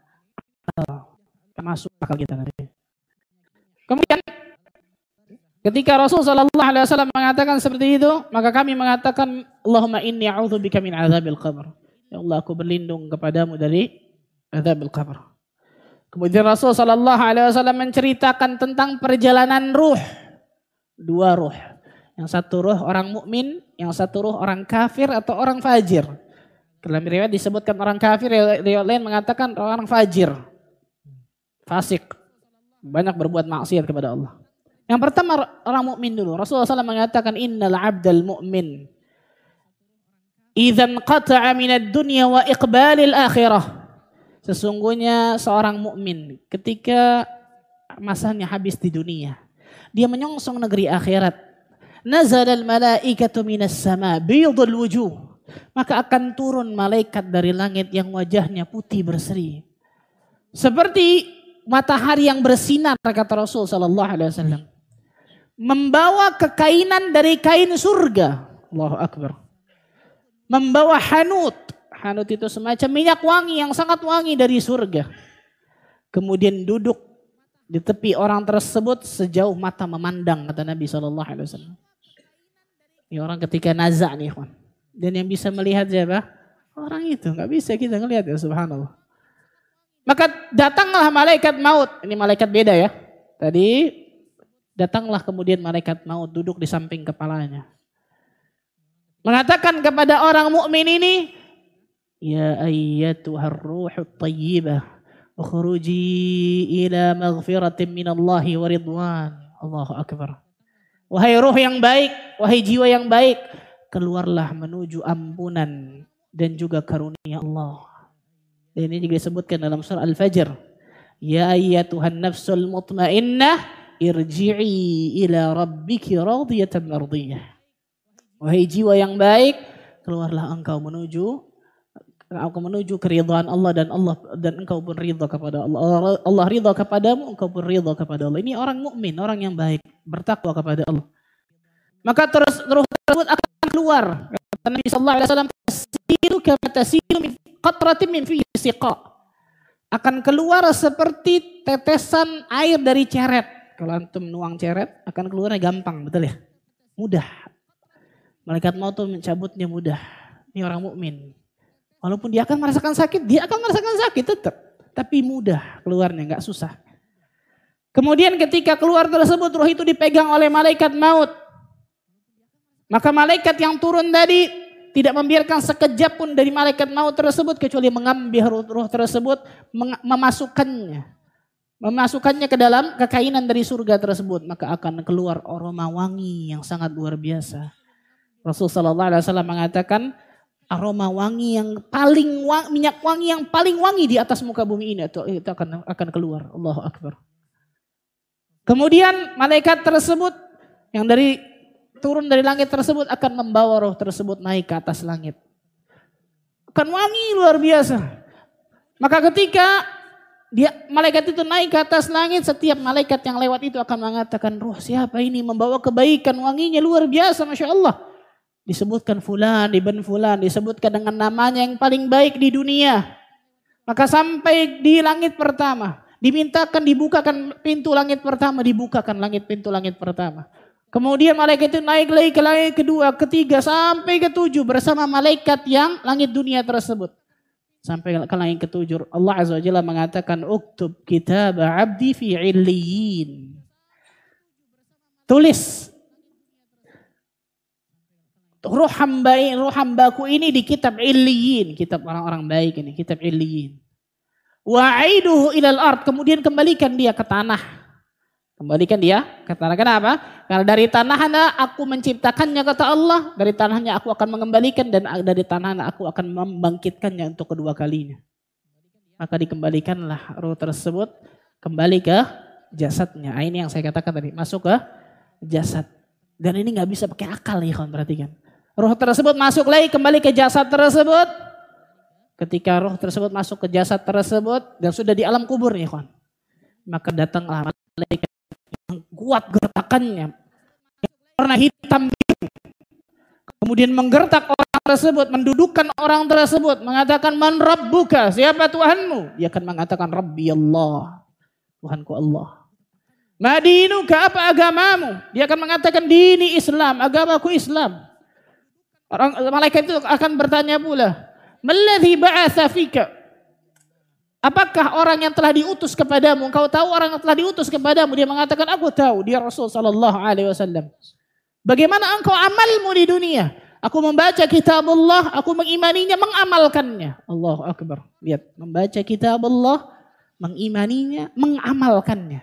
masuk akal kita nanti. Kemudian ketika Rasul sallallahu alaihi wasallam mengatakan seperti itu, maka kami mengatakan Allahumma inni a'udzubika min adzabil qabr. Ya Allah, aku berlindung kepadamu dari adzabil qabr. Kemudian Rasul sallallahu alaihi wasallam menceritakan tentang perjalanan ruh. 2 ruh. Yang satu ruh orang mukmin, yang satu ruh orang kafir atau orang fajir. Dalam riwayat disebutkan orang kafir, riwayat lain mengatakan orang fajir. Fasik. Banyak berbuat maksiat kepada Allah. Yang pertama orang mukmin dulu. Rasulullah SAW mengatakan innal abdal mu'min idzan qata'a minad dunya wa iqbalil akhirah. Sesungguhnya seorang mukmin ketika masanya habis di dunia, dia menyongsong negeri akhirat. Nazalal malaikatu minas sama biyadul wujuh. Maka akan turun malaikat dari langit yang wajahnya putih berseri. Seperti matahari yang bersinar kata Rasul sallallahu alaihi wasallam. Membawa kekainan dari kain surga. Allahu Akbar. membawa hanut. Hanut itu semacam minyak wangi yang sangat wangi dari surga. Kemudian duduk di tepi orang tersebut sejauh mata memandang, kata Nabi SAW. Ini orang ketika nazak nih, ikhwan. Dan yang bisa melihat siapa? Orang itu. Nggak bisa kita ngelihat ya, subhanallah. Maka datanglah malaikat maut. Ini malaikat beda ya. Tadi datanglah kemudian malaikat maut duduk di samping kepalanya. Mengatakan kepada orang mukmin ini, ya ayyatuhar ruhut tayyibah, ukhruji ila maghfiratin minallahi wa ridwan. Allahu akbar. Wahai ruh yang baik, wahai jiwa yang baik, keluarlah menuju ampunan dan juga karunia Allah. Dan ini juga disebutkan dalam surah Al-Fajr. Ya ayyatuhan nafsul mutmainnah, irji'i ila rabbiki radiyatan mardiyah. Wahai jiwa yang baik, keluarlah engkau menuju keridhaan Allah dan engkau pun ridha kepada Allah. Allah ridha kepadamu, engkau pun ridha kepada Allah. Ini orang mukmin, orang yang baik, bertakwa kepada Allah. Maka terus roh tersebut akan keluar. Kata Nabi sallallahu alaihi wasallam, tasiru kama tasiru min qatratin min fi siqa. Akan keluar seperti tetesan air dari ceret. Kalau antum nuang ceret akan keluarnya gampang, betul ya? Mudah. Malaikat maut itu mencabutnya mudah. Ini orang mukmin. Walaupun dia akan merasakan sakit, tetap. Tapi mudah keluarnya, nggak susah. Kemudian ketika keluar tersebut, roh itu dipegang oleh malaikat maut. Maka malaikat yang turun tadi tidak membiarkan sekejap pun dari malaikat maut tersebut, kecuali mengambil roh tersebut, memasukkannya ke dalam kekainan dari surga tersebut. Maka akan keluar aroma wangi yang sangat luar biasa. Rasulullah SAW mengatakan, aroma wangi yang paling minyak wangi yang paling wangi di atas muka bumi ini itu akan keluar. Allahu Akbar. Kemudian malaikat tersebut yang turun dari langit tersebut akan membawa roh tersebut naik ke atas langit. Akan wangi luar biasa. Maka ketika malaikat itu naik ke atas langit, setiap malaikat yang lewat itu akan mengatakan, roh siapa ini membawa kebaikan, wanginya luar biasa, Masya Allah. Disebutkan fulan, ibn fulan, disebutkan dengan namanya yang paling baik di dunia. Maka sampai di langit pertama, dibukakan pintu langit pertama, pintu langit pertama. Kemudian malaikat itu naik lagi ke langit kedua, ketiga, sampai ke-7 bersama malaikat yang langit dunia tersebut. Sampai ke langit ke-7, Allah Azza wa Jalla mengatakan, uktub kitab abdi fi illiyin. Tulis ruh hambaku ini di kitab Illiyin, kitab orang-orang baik ini, kitab Illiyin. Wa'iduhu ilal ard, kemudian kembalikan dia ke tanah. Kembalikan dia ke tanah. Kenapa? Karena dari tanahnya aku menciptakannya, kata Allah. Dari tanahnya aku akan mengembalikan, dan dari tanahnya aku akan membangkitkannya untuk kedua kalinya. Maka dikembalikanlah roh tersebut kembali ke jasadnya. Ini yang saya katakan tadi, masuk ke jasad. Dan ini nggak bisa pakai akal ya kawan, perhatikan. Roh tersebut masuk lagi kembali ke jasad tersebut. Ketika roh tersebut masuk ke jasad tersebut dan sudah di alam kubur nih kawan, maka datanglah malaikat yang kuat gertakannya, warna hitam, kemudian menggertak orang tersebut, mendudukkan orang tersebut, mengatakan man rabbuka, siapa Tuhanmu? Dia akan mengatakan Rabbi Allah, Tuhanku Allah. Madinuka, apa agamamu? Dia akan mengatakan dini Islam, agamaku Islam. Malaikat itu akan bertanya pula, Malladhi ba'atha fika? Apakah orang yang telah diutus kepadamu? Engkau tahu orang yang telah diutus kepadamu? Dia mengatakan, aku tahu, dia Rasul sallallahu alaihi wasallam. Bagaimana engkau amalmu di dunia? Aku membaca kitabullah, aku mengimaninya, mengamalkannya. Allahu Akbar. Lihat, membaca kitabullah, mengimaninya, mengamalkannya.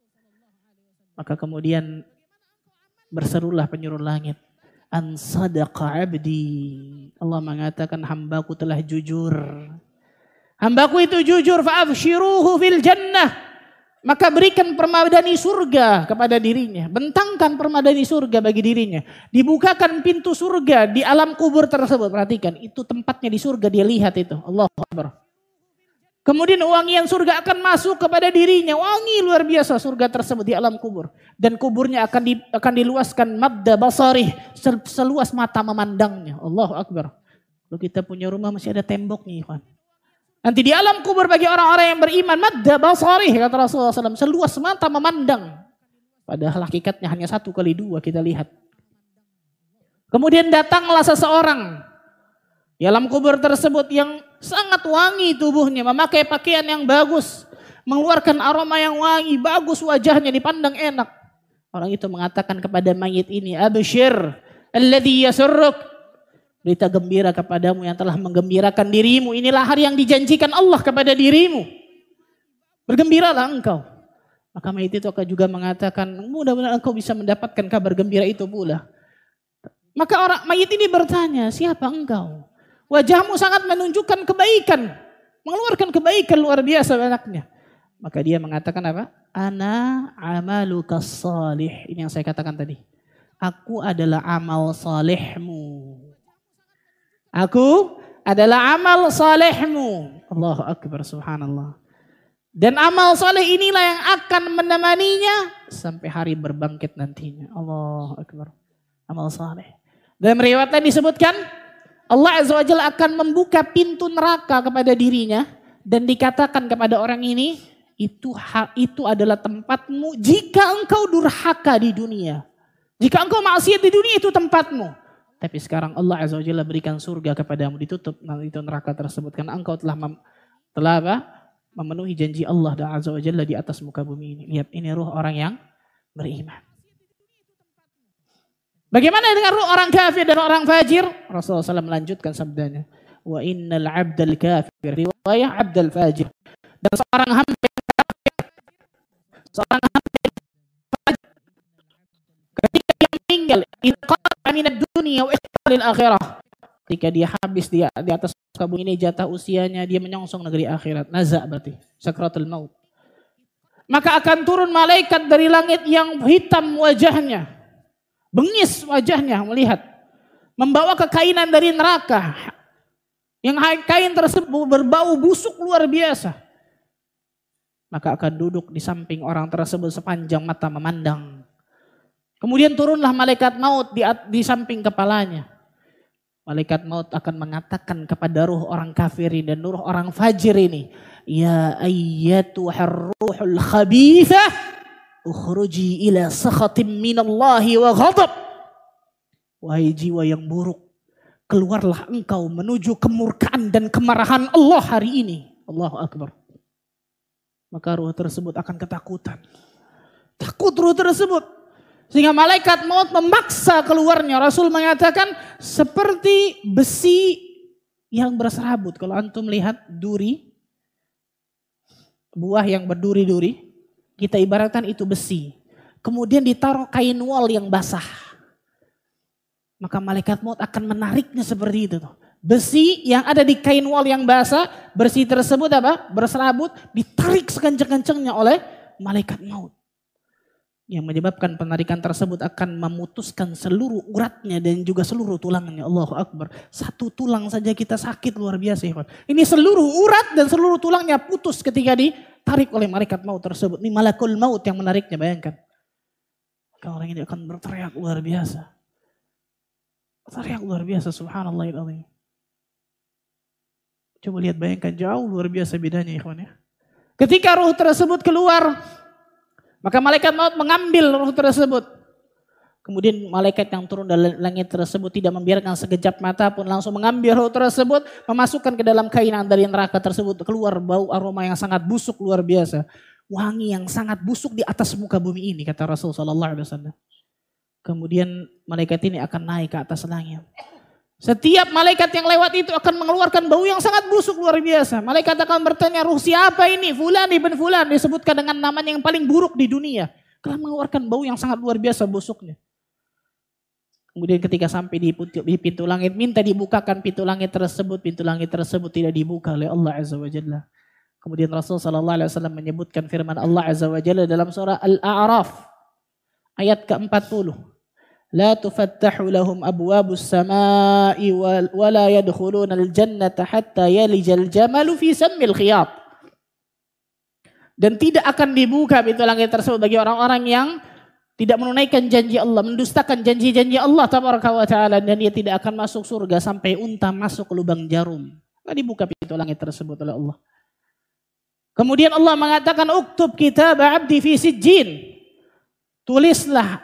Maka kemudian berserulah penyuruh langit. An sadaqa abdi. Allah mengatakan hambaku telah jujur. Hambaku itu jujur, fa'afshiruhu fil jannah. Maka berikan permadani surga kepada dirinya. Bentangkan permadani surga bagi dirinya. Dibukakan pintu surga di alam kubur tersebut. Perhatikan, itu tempatnya di surga, dia lihat itu. Allahu Akbar. Kemudian wangian surga akan masuk kepada dirinya. Wangi luar biasa surga tersebut di alam kubur. Dan kuburnya akan diluaskan madda basarih, seluas mata memandangnya. Allahu Akbar. Kalau kita punya rumah masih ada temboknya, ikhwan. Nanti di alam kubur bagi orang-orang yang beriman, madda basarih, kata Rasulullah SAW, seluas mata memandang. Padahal hakikatnya hanya 1 kali 2 kita lihat. Kemudian datanglah seseorang di alam kubur tersebut yang sangat wangi tubuhnya, memakai pakaian yang bagus, mengeluarkan aroma yang wangi, bagus wajahnya, dipandang enak. Orang itu mengatakan kepada mayit ini, abshir alladhi yasurruk. Berita gembira kepadamu yang telah menggembirakan dirimu. Inilah hari yang dijanjikan Allah kepada dirimu. Bergembiralah engkau. Maka mayit itu akan juga mengatakan, mudah-mudahan engkau bisa mendapatkan kabar gembira itu pula. Maka orang mayit ini bertanya, siapa engkau? Wajahmu sangat menunjukkan kebaikan. Mengeluarkan kebaikan luar biasa banyaknya. Maka dia mengatakan apa? Ana amaluka salih. Ini yang saya katakan tadi. Aku adalah amal salihmu. Aku adalah amal salehmu. Allahu Akbar, subhanallah. Dan amal saleh inilah yang akan menemaninya sampai hari berbangkit nantinya. Allahu Akbar. Amal saleh. Dalam riwayat lain disebutkan, Allah Azza wa Jalla akan membuka pintu neraka kepada dirinya. Dan dikatakan kepada orang ini, itu adalah tempatmu jika engkau durhaka di dunia. Jika engkau maksiat di dunia, itu tempatmu. Tapi sekarang Allah Azza wa Jalla berikan surga kepadamu, ditutup itu neraka tersebut karena engkau telah memenuhi janji Allah Azza wa Jalla di atas muka bumi ini. Lihat, ini ruh orang yang beriman. Bagaimana dengan ruh orang kafir dan orang fajir? Rasulullah SAW melanjutkan sabdanya, wa innal abdal kafir, riwayah abdal fajir, dan seorang hamba kafir, seorang hamba fajir, ketika dia meninggal, minad dunia wa iqbalil akhirah. Ketika dia habis di atas muka bumi ini jatah usianya, dia menyongsong negeri akhirat. Naza berarti sakratul maut. Maka akan turun malaikat dari langit yang hitam wajahnya, bengis wajahnya melihat, membawa kekainan dari neraka. Yang kain tersebut berbau busuk luar biasa. Maka akan duduk di samping orang tersebut sepanjang mata memandang. Kemudian turunlah malaikat maut di samping kepalanya. Malaikat maut akan mengatakan kepada ruh orang kafir dan ruh orang fajir ini, ya ayyatuhar ruhul khabithah, ukhruji ila sakhatim minallahi wa ghadab. Wahai jiwa yang buruk, keluarlah engkau menuju kemurkaan dan kemarahan Allah hari ini. Allahu Akbar. Maka ruh tersebut akan ketakutan. Takut ruh tersebut. Sehingga malaikat maut memaksa keluarnya. Rasul mengatakan seperti besi yang berserabut. Kalau antum lihat duri, buah yang berduri-duri, kita ibaratkan itu besi. Kemudian ditaruh kain wol yang basah. Maka malaikat maut akan menariknya seperti itu. Besi yang ada di kain wol yang basah, besi tersebut apa? Berserabut, ditarik sekencang-kencangnya oleh malaikat maut. Yang menyebabkan penarikan tersebut akan memutuskan seluruh uratnya dan juga seluruh tulangnya. Allahu Akbar. Satu tulang saja kita sakit luar biasa. Ini seluruh urat dan seluruh tulangnya putus ketika ditarik oleh malaikat maut tersebut. Ini malakul maut yang menariknya, bayangkan. Maka orang ini akan berteriak luar biasa. Teriak luar biasa, subhanallahil-azim. Coba lihat, bayangkan jauh luar biasa bedanya, ikhwan ya. Ketika ruh tersebut keluar, maka malaikat maut mengambil ruh tersebut. Kemudian malaikat yang turun dari langit tersebut tidak membiarkan sekejap mata pun, langsung mengambil roh tersebut, memasukkan ke dalam kainan dari neraka tersebut. Keluar bau aroma yang sangat busuk luar biasa. Wangi yang sangat busuk di atas muka bumi ini, kata Rasulullah SAW. Kemudian malaikat ini akan naik ke atas langit. Setiap malaikat yang lewat itu akan mengeluarkan bau yang sangat busuk luar biasa. Malaikat akan bertanya, ruh siapa ini? Fulan ibn Fulan, disebutkan dengan namanya yang paling buruk di dunia. Telah mengeluarkan bau yang sangat luar biasa busuknya. Kemudian ketika sampai di pintu langit, minta dibukakan pintu langit tersebut tidak dibuka oleh Allah Azza wa Jalla. Kemudian Rasul SAW menyebutkan firman Allah Azza wa Jalla dalam surah Al-A'raf ayat ke-40. La tufattahu lahum abwabus samai wa la yadkhuluna al-jannata hatta yalijal jamalu fi sammil khiyat. Dan tidak akan dibuka pintu langit tersebut bagi orang-orang yang tidak menunaikan janji Allah, mendustakan janji-janji Allah tabaraka wa ta'ala, dan dia tidak akan masuk surga sampai unta masuk ke lubang jarum. Nah, dibuka pintu langit tersebut oleh Allah. Kemudian Allah mengatakan, uktub kitab abdi fi sijjin. Tulislah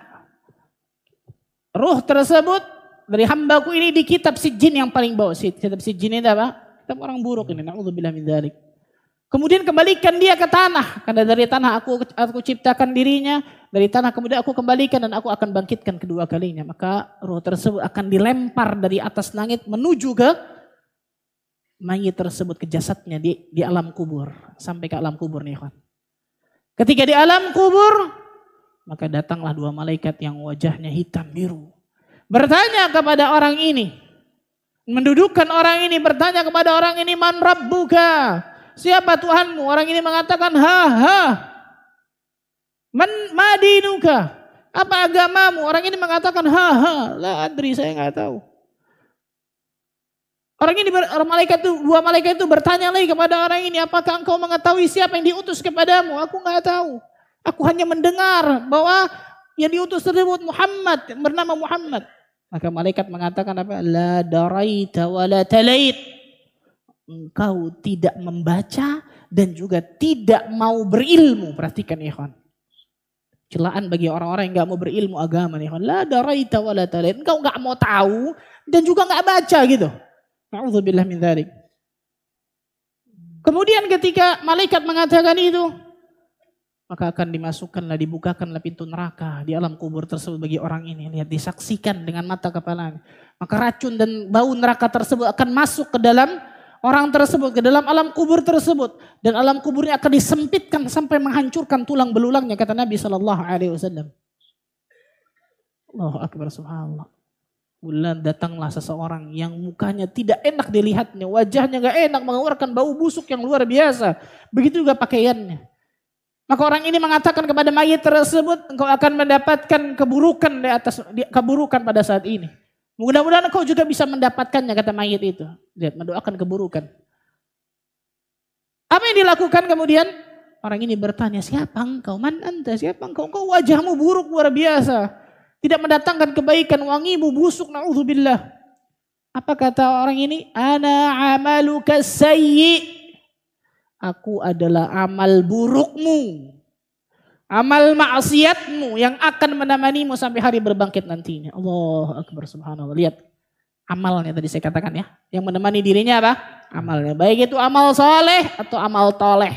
ruh tersebut dari hambaku ini di kitab sijjin yang paling bawah. Kitab sijjin ini apa? Kitab orang buruk ini. Na'udzubillah min dzalik. Kemudian kembalikan dia ke tanah. Karena dari tanah aku ciptakan dirinya. Dari tanah kemudian aku kembalikan dan aku akan bangkitkan kedua kalinya. Maka ruh tersebut akan dilempar dari atas langit menuju ke mayit tersebut, ke jasadnya di alam kubur. Sampai ke alam kubur nih kawan. Ketika di alam kubur, maka datanglah dua malaikat yang wajahnya hitam biru. Bertanya kepada orang ini. Mendudukkan orang ini, bertanya kepada orang ini, man rabbuka? Siapa Tuhanmu? Orang ini mengatakan, man madinuka? Apa agamamu? Orang ini mengatakan, la adri, saya nggak tahu. Orang ini, dua malaikat itu bertanya lagi kepada orang ini, apakah engkau mengetahui siapa yang diutus kepadamu? Aku nggak tahu. Aku hanya mendengar bahwa yang diutus tersebut Muhammad, bernama Muhammad. Maka malaikat mengatakan apa? La daraita wa la talait. Engkau tidak membaca dan juga tidak mau berilmu. Perhatikan ya ikhwan. Celaan bagi orang-orang yang gak mau berilmu agama nih ikhwan. La daraita wa la talait. Engkau gak mau tahu dan juga gak baca gitu. Na'udzubillah min dzalik. Kemudian ketika malaikat mengatakan itu, maka akan dibukakanlah pintu neraka di alam kubur tersebut bagi orang ini. Lihat, disaksikan dengan mata kepalanya. Maka racun dan bau neraka tersebut akan masuk ke dalam orang tersebut, ke dalam alam kubur tersebut. Dan alam kuburnya akan disempitkan sampai menghancurkan tulang belulangnya, kata Nabi SAW. Allahu Akbar, subhanallah. Bulan datanglah seseorang yang mukanya tidak enak dilihatnya. Wajahnya gak enak, mengeluarkan bau busuk yang luar biasa. Begitu juga pakaiannya. Maka orang ini mengatakan kepada mayit tersebut, engkau akan mendapatkan keburukan pada saat ini. Mudah-mudahan engkau juga bisa mendapatkannya, kata mayit itu. Lihat, mendoakan keburukan. Apa yang dilakukan kemudian? Orang ini bertanya, siapa engkau? Man anta? Siapa engkau? Engkau wajahmu buruk luar biasa. Tidak mendatangkan kebaikan, wangimu busuk, na'udzubillah. Apa kata orang ini? Ana amaluka sayyi. Aku adalah amal burukmu. Amal maksiatmu yang akan menemanimu sampai hari berbangkit nantinya. Allahu Akbar, subhanallah. Lihat amalnya tadi saya katakan ya. Yang menemani dirinya apa? Amalnya. Baik itu amal soleh atau amal toleh.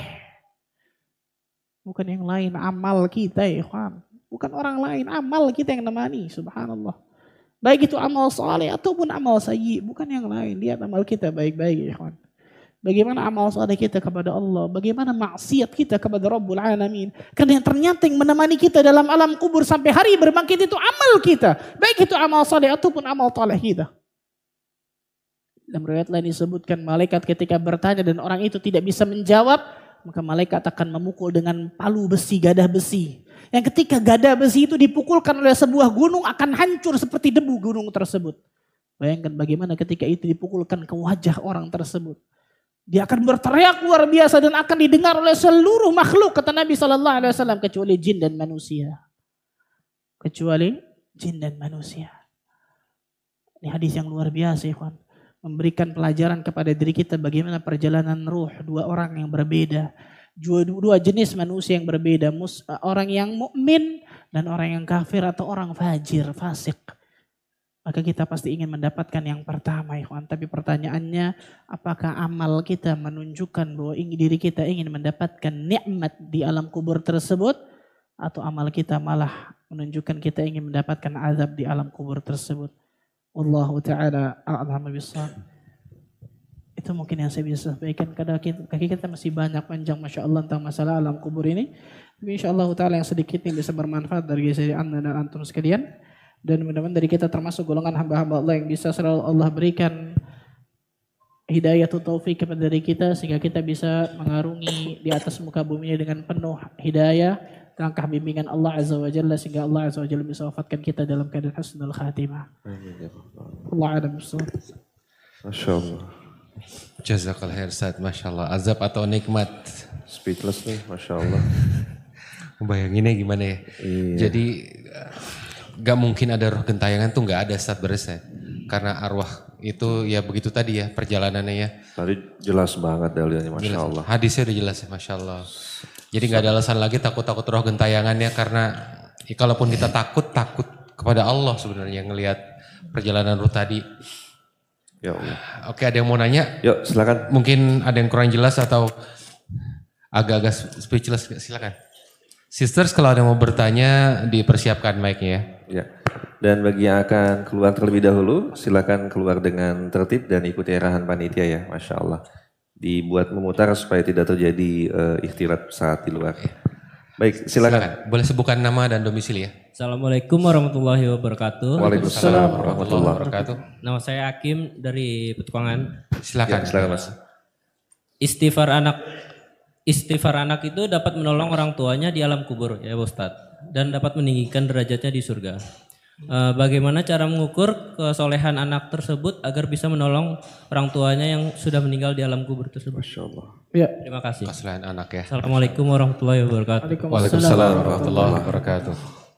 Bukan yang lain, amal kita ya ikhwan. Bukan orang lain, amal kita yang menemani, subhanallah. Baik itu amal soleh ataupun amal sayyi. Bukan yang lain, lihat amal kita baik-baik ya ikhwan. Bagaimana amal soleh kita kepada Allah. Bagaimana maksiat kita kepada Rabbul Alamin. Karena yang ternyata yang menemani kita dalam alam kubur sampai hari berbangkit itu amal kita. Baik itu amal soleh ataupun amal toleh kita. Dalam riwayat lain disebutkan malaikat ketika bertanya dan orang itu tidak bisa menjawab. Maka malaikat akan memukul dengan palu besi, gadah besi. Yang ketika gadah besi itu dipukulkan oleh sebuah gunung akan hancur seperti debu gunung tersebut. Bayangkan bagaimana ketika itu dipukulkan ke wajah orang tersebut. Dia akan berteriak luar biasa dan akan didengar oleh seluruh makhluk, kata Nabi SAW, kecuali jin dan manusia. Kecuali jin dan manusia. Ini hadis yang luar biasa, ikhwan. Memberikan pelajaran kepada diri kita bagaimana perjalanan ruh dua orang yang berbeda. Dua jenis manusia yang berbeda. Orang yang mukmin dan orang yang kafir atau orang fajir, fasik. Maka kita pasti ingin mendapatkan yang pertama, ikhwan. Tapi pertanyaannya, apakah amal kita menunjukkan bahwa diri kita ingin mendapatkan nikmat di alam kubur tersebut? Atau amal kita malah menunjukkan kita ingin mendapatkan azab di alam kubur tersebut? Wallahu ta'ala a'lam bishawab. Itu mungkin yang saya bisa sampaikan. Kaki kita masih banyak panjang, Masya Allah, tentang masalah alam kubur ini. Tapi insya Allah ta'ala yang sedikit ini bisa bermanfaat dari saya dan antum sekalian. Dan mudah-mudahan dari kita termasuk golongan hamba-hamba Allah yang bisa selalu Allah berikan hidayah atau taufik kepada diri kita. Sehingga kita bisa mengarungi di atas muka bumi ini dengan penuh hidayah. Langkah bimbingan Allah Azza wa Jalla. Sehingga Allah Azza wa Jalla bisa wafatkan kita dalam keadaan husnul khatimah. Allah a'lam bishawab. Masya Allah. Jazakallah khair Ustaz, Masya Allah. Azab atau nikmat? Speechless nih, Masya Allah. Bayanginnya gimana ya? Iya. Jadi gak mungkin ada roh gentayangan tuh gak ada saat beresnya. Karena arwah itu ya begitu tadi ya perjalanannya ya. Tadi jelas banget dalilnya, Masya Jelas. Allah. Hadisnya udah jelas ya, Masya Allah. Jadi gak ada alasan lagi takut-takut roh gentayangannya karena ya, kalaupun kita takut kepada Allah sebenarnya ngelihat perjalanan roh tadi. Ya Allah. Oke, ada yang mau nanya? Yuk silakan. Mungkin ada yang kurang jelas atau agak-agak speechless, silakan. Sisters kalau ada yang mau bertanya dipersiapkan mic-nya ya. Ya. Dan bagi yang akan keluar terlebih dahulu, silakan keluar dengan tertib dan ikuti arahan panitia ya, Masya Allah. Dibuat memutar supaya tidak terjadi ikhtilat saat di luar. Baik, silakan. Boleh sebutkan nama dan domisili ya. Assalamualaikum warahmatullahi wabarakatuh. Waalaikumsalam warahmatullahi wabarakatuh. Nama saya Hakim dari Petukangan. Silakan. Ya, silakan Mas. Istighfar anak itu dapat menolong orang tuanya di alam kubur ya Ustadz. Dan dapat meninggikan derajatnya di surga. Bagaimana cara mengukur kesolehan anak tersebut agar bisa menolong orang tuanya yang sudah meninggal di alam kubur tersebut? Masya Allah. Ya. Terima kasih. Kesolehan anak ya. Assalamualaikum warahmatullahi wabarakatuh. Waalaikumsalam warahmatullahi wabarakatuh.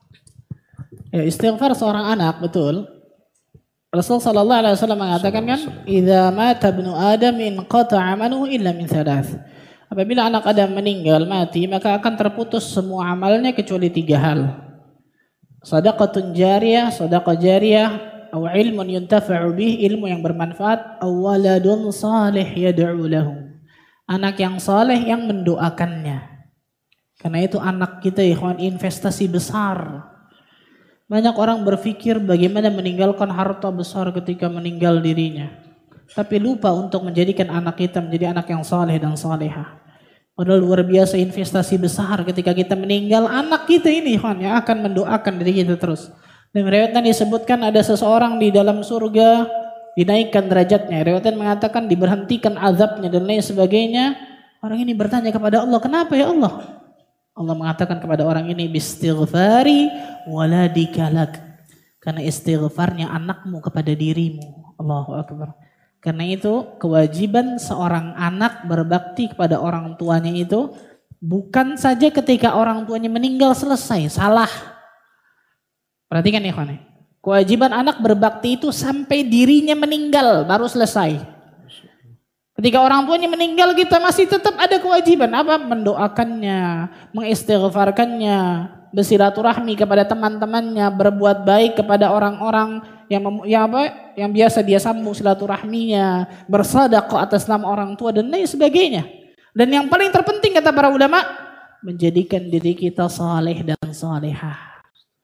Ya, istighfar seorang anak betul. Rasul sallallahu alaihi wasallam mengatakan kan, "Idza mata ibnu Adam inqata'a amaluhu illa min thalath." Apabila anak Adam meninggal mati, maka akan terputus semua amalnya kecuali 3 hal. Shadaqatun jariyah, sedekah jariyah, atau ilmun yuntafa'u bih, ilmu yang bermanfaat, aw waladun salih yad'u lahu. Anak yang saleh yang mendoakannya. Karena itu anak kita ikhwan investasi besar. Banyak orang berpikir bagaimana meninggalkan harta besar ketika meninggal dirinya. Tapi lupa untuk menjadikan anak kita menjadi anak yang saleh dan salehah. Padahal luar biasa investasi besar ketika kita meninggal, anak kita ini yang akan mendoakan diri kita terus. Dan riwayatnya disebutkan ada seseorang di dalam surga dinaikkan derajatnya. Riwayatnya mengatakan diberhentikan azabnya dan lain sebagainya. Orang ini bertanya kepada Allah, kenapa ya Allah? Allah mengatakan kepada orang ini, bistighfari waladika lak. Karena istighfarnya anakmu kepada dirimu. Allahu Akbar. Karena itu kewajiban seorang anak berbakti kepada orang tuanya itu bukan saja ketika orang tuanya meninggal selesai, salah. Perhatikan ya kawan. Kewajiban anak berbakti itu sampai dirinya meninggal baru selesai. Ketika orang tuanya meninggal kita masih tetap ada kewajiban apa? Mendoakannya, mengistighfarkannya, bersilaturahmi kepada teman-temannya, berbuat baik kepada orang-orang yang biasa dia sambung silaturahminya, bersedekah atas nama orang tua dan lain sebagainya. Dan yang paling terpenting kata para ulama, menjadikan diri kita saleh dan salehah.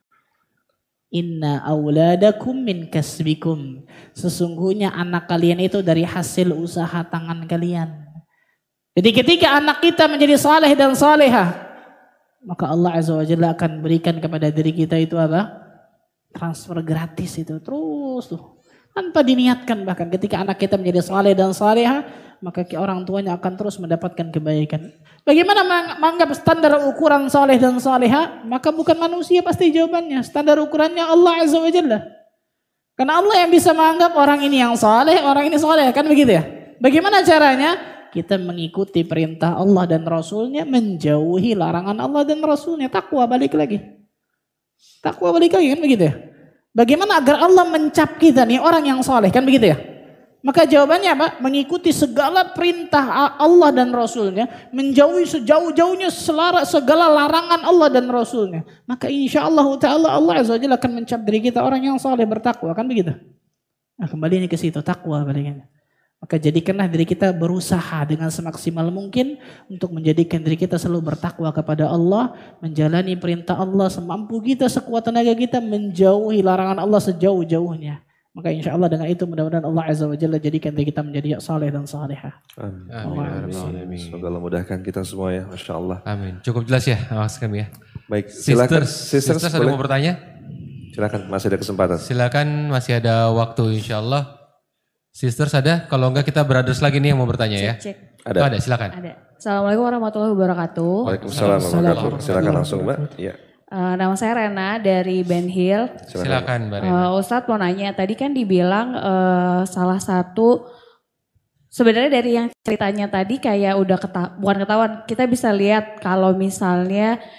Inna auladakum min kasbikum. Sesungguhnya anak kalian itu dari hasil usaha tangan kalian. Jadi ketika anak kita menjadi saleh dan salehah, maka Allah Azza wa Jalla akan berikan kepada diri kita itu apa? Transfer gratis itu terus tuh. Tanpa diniatkan bahkan ketika anak kita menjadi saleh dan salehah, maka orang tuanya akan terus mendapatkan kebaikan. Bagaimana menganggap standar ukuran saleh dan salehah? Maka bukan manusia pasti jawabannya. Standar ukurannya Allah Azza wa Jalla. Karena Allah yang bisa menganggap orang ini yang saleh, orang ini saleh, kan begitu ya? Bagaimana caranya? Kita mengikuti perintah Allah dan Rasulnya, menjauhi larangan Allah dan Rasulnya. Takwa balik lagi. Takwa balik lagi kan begitu ya? Bagaimana agar Allah mencap kita nih orang yang saleh, kan begitu ya? Maka jawabannya apa? Mengikuti segala perintah Allah dan Rasulnya, menjauhi sejauh-jauhnya segala larangan Allah dan Rasulnya. Maka insya Allah Ta'ala Allah Azza wa Jalla akan mencap diri kita orang yang saleh bertakwa, kan begitu? Nah kembali ke situ, takwa baliknya. Maka jadikanlah diri kita berusaha dengan semaksimal mungkin untuk menjadikan diri kita selalu bertakwa kepada Allah, menjalani perintah Allah semampu kita, sekuat tenaga kita, menjauhi larangan Allah sejauh-jauhnya. Maka insya Allah dengan itu mudah-mudahan Allah Azza wa Jalla jadikan diri kita menjadi saleh dan salehah. Amin. Semoga Allah mudahkan kita semua ya, Masya Allah. Amin. Cukup jelas ya, Mas kami ya. Baik, silakan. Sisters ada mau bertanya? Silakan, masih ada kesempatan. Silakan, masih ada waktu insya Allah. Sisters ada? Kalau enggak kita brothers lagi nih yang mau bertanya ya. Cek. Ada. Oh, ada, silakan. Ada. Assalamualaikum warahmatullahi wabarakatuh. Waalaikumsalam warahmatullahi wabarakatuh. Silakan langsung Mbak. Iya. Nama saya Rena dari Ben Hill. Silakan Mbak Rena. Ustadz mau nanya, tadi kan dibilang salah satu, sebenarnya dari yang ceritanya tadi kayak udah bukan ketahuan, kita bisa lihat kalau misalnya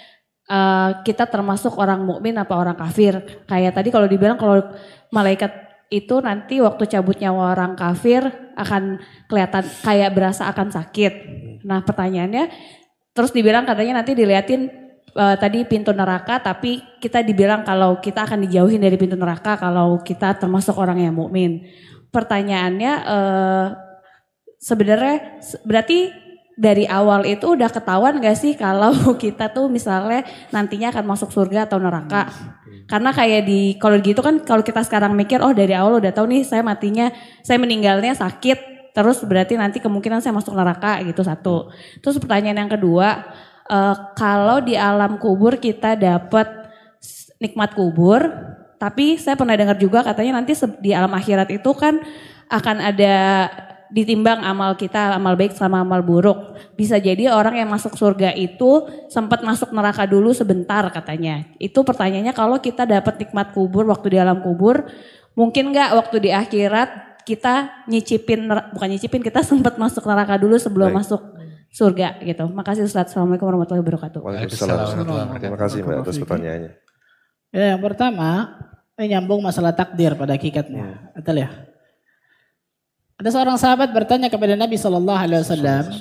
kita termasuk orang mukmin apa orang kafir. Kayak tadi kalau dibilang kalau malaikat itu nanti waktu cabut nyawa orang kafir akan kelihatan kayak berasa akan sakit. Nah pertanyaannya terus dibilang katanya nanti diliatin tadi pintu neraka, tapi kita dibilang kalau kita akan dijauhin dari pintu neraka kalau kita termasuk orang yang mukmin. Pertanyaannya sebenarnya berarti dari awal itu udah ketahuan gak sih kalau kita tuh misalnya nantinya akan masuk surga atau neraka? Karena kayak kalau gitu kan kalau kita sekarang mikir oh dari awal udah tahu nih saya meninggalnya sakit, terus berarti nanti kemungkinan saya masuk neraka gitu satu. Terus pertanyaan yang kedua, kalau di alam kubur kita dapat nikmat kubur, tapi saya pernah dengar juga katanya nanti di alam akhirat itu kan akan ada ditimbang amal kita, amal baik sama amal buruk. Bisa jadi orang yang masuk surga itu sempat masuk neraka dulu sebentar katanya. Itu pertanyaannya kalau kita dapat nikmat kubur waktu di alam kubur, mungkin nggak waktu di akhirat kita kita sempat masuk neraka dulu sebelum masuk surga gitu. Makasih Ustaz. Assalamualaikum warahmatullahi wabarakatuh. Waalaikumsalam. Terima kasih Mbak atas pertanyaannya. Ya, yang pertama, ini nyambung masalah takdir pada hakikatnya. Betul ya? Ada seorang sahabat bertanya kepada Nabi SAW,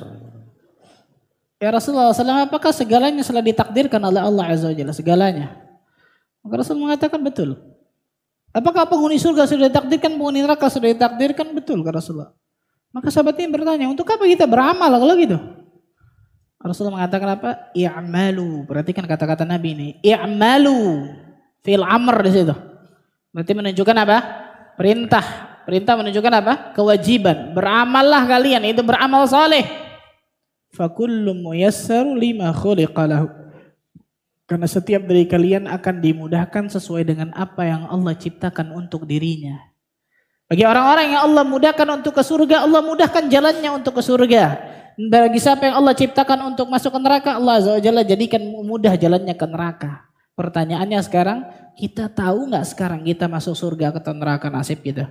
ya Rasulullah SAW, apakah segalanya sudah ditakdirkan oleh Allah Azza wa Jalla? Segalanya. Maka Rasul mengatakan betul. Apakah penghuni surga sudah ditakdirkan, penghuni neraka sudah ditakdirkan? Betul kata Rasulullah. Maka sahabat ini bertanya, untuk apa kita beramal kalau gitu? Rasulullah mengatakan apa? I'malu. Perhatikan kata-kata Nabi ini. I'malu. Fil amr di situ. Berarti menunjukkan apa? Perintah. Perintah menunjukkan apa? Kewajiban. Beramallah kalian, itu beramal saleh. Fakullu muyassaru lima khuliqa lahu. Karena setiap dari kalian akan dimudahkan sesuai dengan apa yang Allah ciptakan untuk dirinya. Bagi orang-orang yang Allah mudahkan untuk ke surga, Allah mudahkan jalannya untuk ke surga. Bagi siapa yang Allah ciptakan untuk masuk ke neraka, Allah Azza wa Jalla jadikan mudah jalannya ke neraka. Pertanyaannya sekarang, kita tahu nggak sekarang kita masuk surga atau neraka nasib kita?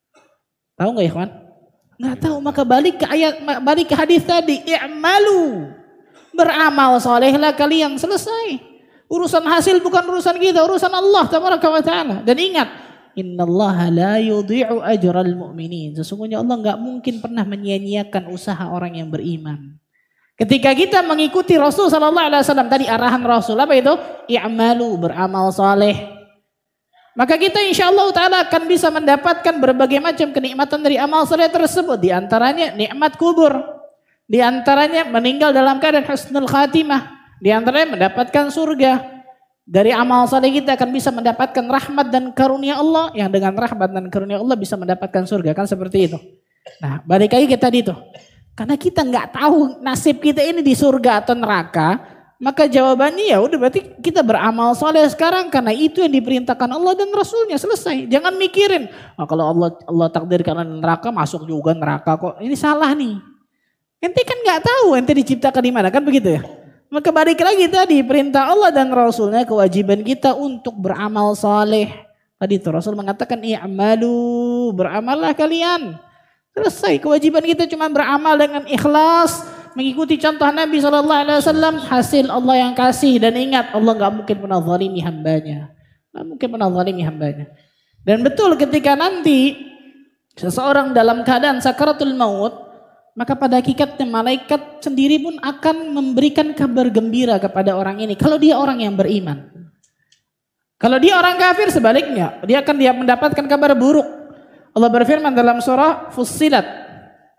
Tahu nggak ikhwan? Nggak tahu, maka balik ke hadis tadi, i'malu. Beramal solehlah kalian, selesai. Urusan hasil bukan urusan kita, urusan Allah tabaraka wa taala. Dan ingat, innallaha la yudhi'u ajral mu'minin. Sesungguhnya Allah nggak mungkin pernah menyia-nyiakan usaha orang yang beriman. Ketika kita mengikuti Rasul sallallahu alaihi wasallam, tadi arahan Rasul apa itu? I'malu, beramal soleh. Maka kita insya Allah ta'ala akan bisa mendapatkan berbagai macam kenikmatan dari amal soleh tersebut. Di antaranya nikmat kubur. Di antaranya meninggal dalam keadaan husnul khatimah. Di antaranya mendapatkan surga. Dari amal soleh kita akan bisa mendapatkan rahmat dan karunia Allah. Yang dengan rahmat dan karunia Allah bisa mendapatkan surga. Kan seperti itu. Nah balik lagi ke tadi itu. Karena kita nggak tahu nasib kita ini di surga atau neraka. Maka jawabannya ya udah berarti kita beramal soleh sekarang karena itu yang diperintahkan Allah dan Rasulnya, selesai. Jangan mikirin, kalau Allah takdirkan neraka masuk juga neraka kok. Ini salah nih. Ente kan nggak tahu ente diciptakan di mana, kan begitu ya. Maka balik lagi tadi perintah Allah dan Rasulnya, kewajiban kita untuk beramal soleh. Tadi itu Rasul mengatakan i'malu, beramallah kalian. Selesai, kewajiban kita cuma beramal dengan ikhlas. Mengikuti contoh Nabi SAW, hasil Allah yang kasih. Dan ingat, Allah gak mungkin pernah zalimi hambanya. Gak mungkin pernah zalimi hambanya. Dan betul ketika nanti seseorang dalam keadaan sakaratul maut, maka pada hakikatnya malaikat sendiri pun akan memberikan kabar gembira kepada orang ini. Kalau dia orang yang beriman. Kalau dia orang kafir sebaliknya, dia akan mendapatkan kabar buruk. Allah berfirman dalam surah Fussilat.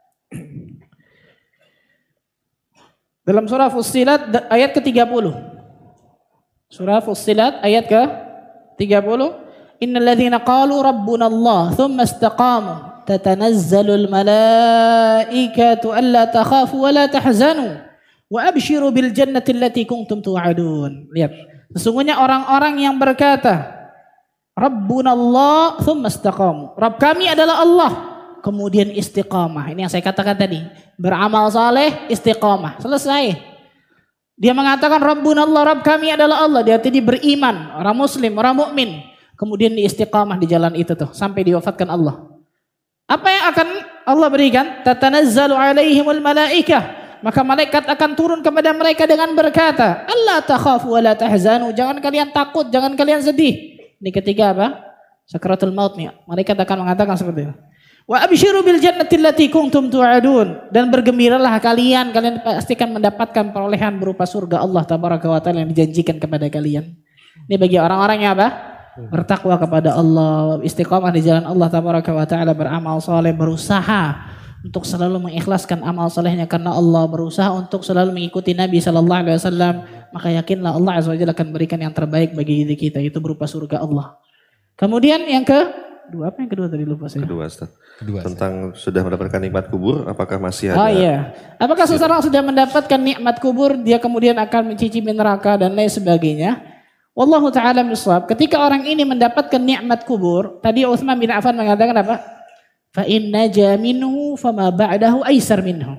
Dalam surah Fussilat ayat ke-30. Surah Fussilat ayat ke-30. Innal ladzina qalu rabbuna Allah thumma istaqamu tatanazzalu al-malaikatu alla takhafu wa la tahzanu wa abshiru bil jannati allati kuntum tu'adun. Lihat, sesungguhnya orang-orang yang berkata Rabbuna Allah thumma istaqamu. Rabb kami adalah Allah. Kemudian istiqamah. Ini yang saya katakan tadi. Beramal saleh, istiqamah. Selesai. Dia mengatakan Rabbuna Allah, Rabb kami adalah Allah. Dia tadi beriman, orang muslim, orang mukmin. Kemudian di istiqamah di jalan itu tuh sampai diwafatkan Allah. Apa yang akan Allah berikan? Tatanazzalu alaihimul malaikah maka malaikat akan turun kepada mereka dengan berkata, Allah takhafu wa la tahzanu, jangan kalian takut, jangan kalian sedih. Ini ketika apa? Sakaratul maut nih. Malaikat akan mengatakan seperti itu. Wa abshiru bil jannati allati kuntum tu'adun, dan bergembiralah kalian pasti akan mendapatkan perolehan berupa surga Allah tabaraka wa taala yang dijanjikan kepada kalian. Ini bagi orang-orang yang apa? Bertakwa kepada Allah, istiqamah di jalan Allah tabaraka wa taala, beramal saleh, berusaha untuk selalu mengikhlaskan amal salehnya karena Allah, berusaha untuk selalu mengikuti Nabi sallallahu alaihi wasallam, maka yakinlah Allah azza wajalla akan berikan yang terbaik bagi diri kita, itu berupa surga Allah. Kemudian yang kedua, apa yang kedua tadi lupa saya? Kedua, Ustaz. Tentang sudah mendapatkan nikmat kubur, apakah masih ada? Oh iya. Apakah seseorang sudah mendapatkan nikmat kubur, dia kemudian akan mencicipi neraka dan lain sebagainya? Wallahu ta'ala bisawab. Ketika orang ini mendapatkan nikmat kubur, tadi Utsman bin Affan mengatakan apa? Fa in naja minhu fama ba'dahu aisar minhu.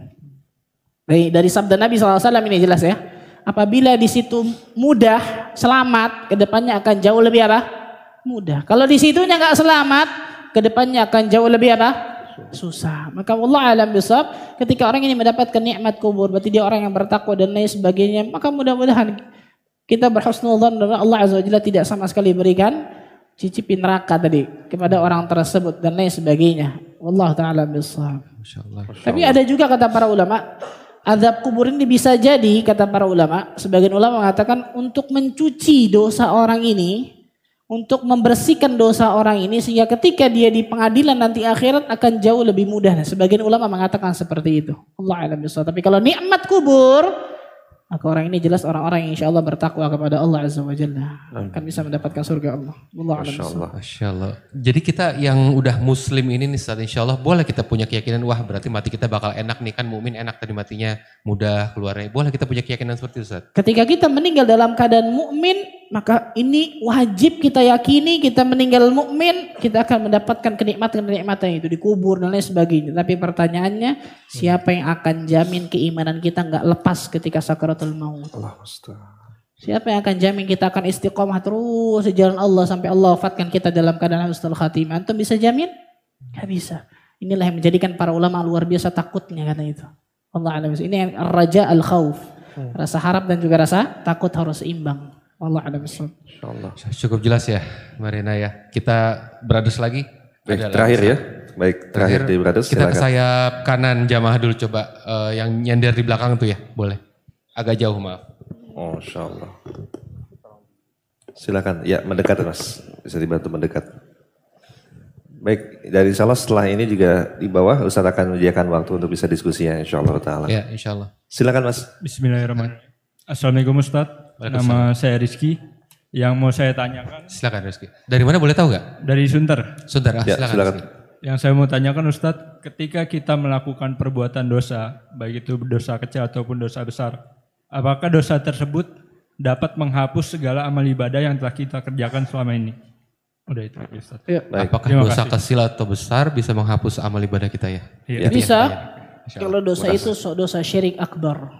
Dari sabda Nabi SAW ini jelas ya. Apabila di situ mudah, selamat, kedepannya akan jauh lebih apa? Mudah. Kalau di situnya nggak selamat, kedepannya akan jauh lebih apa? Susah. Maka wallahu a'lam bisawab, ketika orang ini mendapatkan nikmat kubur, berarti dia orang yang bertakwa dan lain sebagainya, maka mudah-mudahan kita berhusnudzon dan Allah azza wajalla tidak sama sekali berikan cicipi neraka tadi kepada orang tersebut dan lain sebagainya. Wallahu taala bisawab. Tapi ada juga kata para ulama, azab kubur ini bisa jadi, kata para ulama, sebagian ulama mengatakan untuk mencuci dosa orang ini, untuk membersihkan dosa orang ini sehingga ketika dia di pengadilan nanti akhirat akan jauh lebih mudah. Nah, sebagian ulama mengatakan seperti itu. Allah a'lam bishawab. Tapi kalau nikmat kubur, maka orang ini jelas orang-orang yang insya Allah bertakwa kepada Allah azza wa jalla akan bisa mendapatkan surga Allah. Masya Allah. Jadi kita yang udah muslim ini nih Ustaz, insya Allah boleh kita punya keyakinan, wah berarti mati kita bakal enak nih, kan mukmin enak tadi matinya mudah keluarnya. Boleh kita punya keyakinan seperti itu Ustaz? Ketika kita meninggal dalam keadaan mukmin, maka ini wajib kita yakini, kita meninggal mukmin, kita akan mendapatkan kenikmatan-kenikmatan itu dikubur dan lain sebagainya. Tapi pertanyaannya, siapa yang akan jamin keimanan kita nggak lepas ketika sakaratul maut? Siapa yang akan jamin kita akan istiqomah terus di jalan Allah sampai Allah wafatkan kita dalam keadaan husnul khatimah? Antum bisa jamin? Gak bisa. Inilah yang menjadikan para ulama luar biasa takutnya kata itu. Allah alam. Ini yang raja al-khawf. Rasa harap dan juga rasa takut harus seimbang. Allah alam. Cukup jelas ya Marina ya. Kita beratus lagi. Baik, terakhir ya. Baik, terakhir di beratus. Kita ke sayap kanan jamaah dulu coba. Yang nyender di belakang tuh ya, boleh. Agak jauh maaf. Oh, Masya Allah. Silakan, ya mendekat Mas. Bisa dibantu mendekat. Baik, dari insya Allah setelah ini juga di bawah Ustaz akan menyediakan waktu untuk bisa diskusi ya insya Allah ta'ala. Ya insya Allah. Silakan Mas. Bismillahirrahmanirrahim. Assalamualaikum Ustaz. Nama saya Rizky. Yang mau saya tanyakan. Silakan Rizky. Dari mana boleh tahu gak? Dari Sunter. Sunter, ya, silakan. Yang saya mau tanyakan Ustadz, ketika kita melakukan perbuatan dosa, baik itu dosa kecil ataupun dosa besar, apakah dosa tersebut dapat menghapus segala amal ibadah yang telah kita kerjakan selama ini? Udah itu Ustadz. Ya. Apakah dosa kecil atau besar bisa menghapus amal ibadah kita ya? Ya. Bisa. Kalau dosa itu dosa syirik akbar.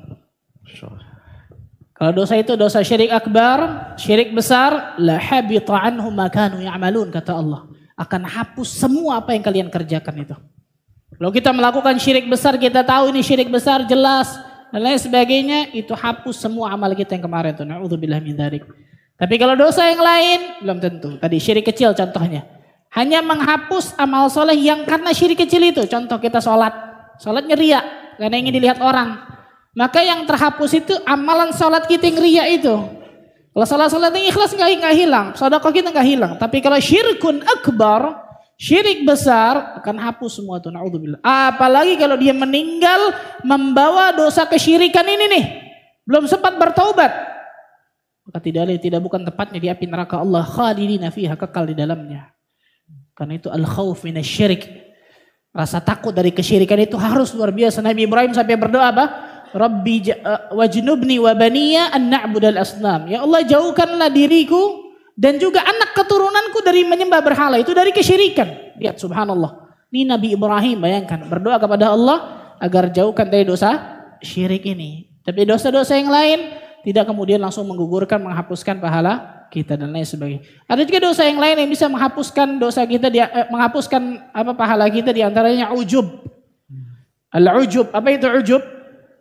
Kalau dosa itu dosa syirik akbar, syirik besar, la habita anhum ma kanu ya'malun kata Allah. Akan hapus semua apa yang kalian kerjakan itu. Kalau kita melakukan syirik besar, kita tahu ini syirik besar jelas dan lain sebagainya, itu hapus semua amal kita yang kemarin itu. Na'udzubillah min dzalik. Tapi kalau dosa yang lain belum tentu. Tadi syirik kecil contohnya. Hanya menghapus amal soleh yang karena syirik kecil itu. Contoh kita sholat. Sholatnya riya karena ingin dilihat orang. Maka yang terhapus itu amalan sholat kita yang riya itu. Kalau salat-salat yang ikhlas nggak hilang, sedekah kita nggak hilang. Tapi kalau syirkun akbar, syirik besar akan hapus semua itu. Naudzubillah. Apalagi kalau dia meninggal membawa dosa kesyirikan ini nih, belum sempat bertaubat, maka tidak bukan tepatnya di api neraka Allah, khalidina fiha, kekal di dalamnya. Karena itu al-khauf minasyirik, rasa takut dari kesyirikan itu harus luar biasa. Nabi Ibrahim sampai berdoa apa? Rabbi wajnubni wa baniya an na'budal asnam. Ya Allah, jauhkanlah diriku dan juga anak keturunanku dari menyembah berhala, itu dari kesyirikan. Lihat subhanallah. Ini Nabi Ibrahim, bayangkan, berdoa kepada Allah agar jauhkan dari dosa syirik ini. Tapi dosa-dosa yang lain tidak kemudian langsung menggugurkan, menghapuskan pahala kita dan lain sebagainya. Ada juga dosa yang lain yang bisa menghapuskan dosa kita, menghapuskan pahala kita, di antaranya ujub. Al-ujub, apa itu ujub?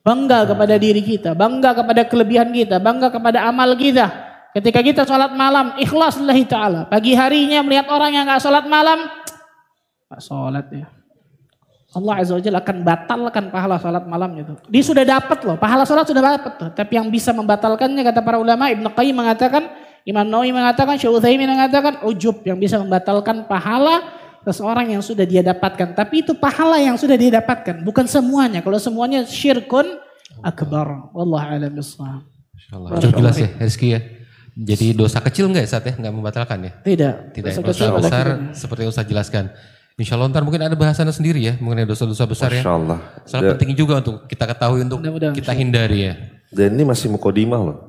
Bangga kepada diri kita, bangga kepada kelebihan kita, bangga kepada amal kita. Ketika kita sholat malam, ikhlas lillahi ta'ala. Pagi harinya melihat orang yang gak sholat malam, gak sholat ya. Allah Azza wa Jalla akan batalkan pahala sholat malamnya itu. Dia sudah dapat loh, pahala sholat sudah dapat tuh. Tapi yang bisa membatalkannya kata para ulama, Ibnu Qayyim mengatakan, Imam Nawawi mengatakan, Syekh Utsaimin mengatakan, ujub yang bisa membatalkan pahala seseorang yang sudah dia dapatkan. Tapi itu pahala yang sudah dia dapatkan, bukan semuanya. Kalau semuanya syirkun akbar. Wallahu a'lam bishawab. Insyaallah. Cukup jelas ya Rizky ya. Jadi dosa kecil enggak Ustaz ya? Enggak membatalkan ya? Tidak. Tidak. Dosa besar seperti yang Ustaz jelaskan. Insya Allah ntar mungkin ada bahasannya sendiri ya mengenai dosa-dosa besar ya. Masya Allah. Sangat penting juga untuk kita ketahui untuk kita hindari ya. Dan ini masih mukodimah loh.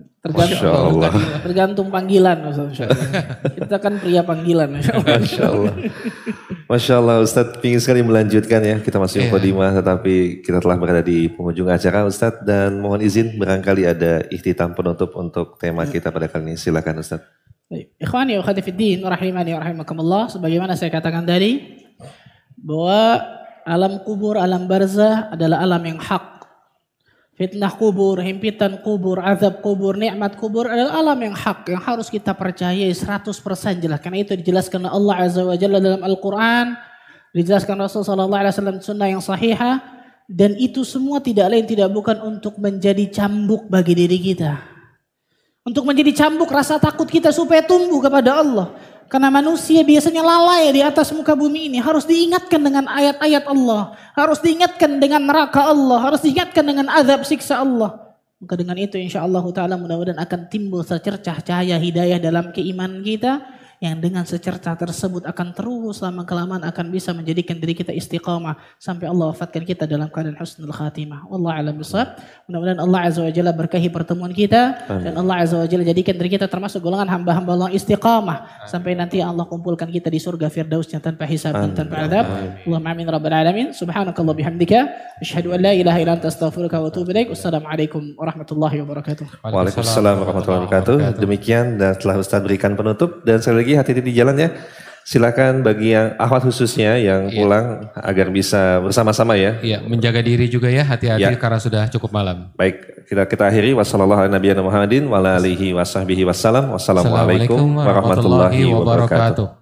Tergantung panggilan. Kita kan pria panggilan. Masya Allah. Masya Allah Ustadz, ingin sekali melanjutkan ya. Kita masih mukodimah tetapi kita telah berada di penghujung acara Ustadz. Dan mohon izin barangkali ada ikhtitam penutup untuk tema kita pada kali ini. Silakan Ustadz. Ikhwani wa akhwati fiddin, rahimani wa rahimakumullah. Sebagaimana saya katakan tadi, bahwa alam kubur, alam barzah adalah alam yang hak. Fitnah kubur, himpitan kubur, azab kubur, nikmat kubur adalah alam yang hak, yang harus kita percayai 100% jelas. Karena itu dijelaskan oleh Allah Azza wa Jalla dalam Al-Quran, dijelaskan Rasulullah SAW sunnah yang sahihah, dan itu semua tidak lain tidak bukan untuk menjadi cambuk bagi diri kita. Untuk menjadi cambuk rasa takut kita supaya tumbuh kepada Allah. Karena manusia biasanya lalai di atas muka bumi ini. Harus diingatkan dengan ayat-ayat Allah. Harus diingatkan dengan neraka Allah. Harus diingatkan dengan azab siksa Allah. Maka dengan itu insya Allah ta'ala mudah-mudahan akan timbul secercah cahaya hidayah dalam keimanan kita. Yang dengan secercah tersebut akan terus lama kelamaan akan bisa menjadikan diri kita istiqamah. Sampai Allah wafatkan kita dalam keadaan husnul khatimah. Wallahu a'lam bishawab. Mudah-mudahan Allah Azza wa Jalla berkahi pertemuan kita. Dan Allah Azza wa Jalla jadikan diri kita termasuk golongan hamba-hamba Allah istiqamah. Sampai nanti Allah kumpulkan kita di surga firdausnya tanpa hisab dan tanpa adab. Allahumma amin rabbal alamin. Subhanakallah bihamdika. Asyhadu an la ilaha illa anta astaghfiruka wa atubu ilaik. Wassalamualaikum warahmatullahi wabarakatuh. Waalaikumsalam warahmatullahi wabarakatuh. Demikian dan telah Ustaz berikan penutup. Dan sekali lagi hati-hati di jalan ya. Silakan bagi yang akhwat khususnya yang pulang agar bisa bersama-sama ya. Iya, menjaga diri juga ya, hati-hati karena sudah cukup malam. Baik, kita akhiri wassalamualaikum warahmatullahi wabarakatuh. Wassalamualaikum warahmatullahi wabarakatuh.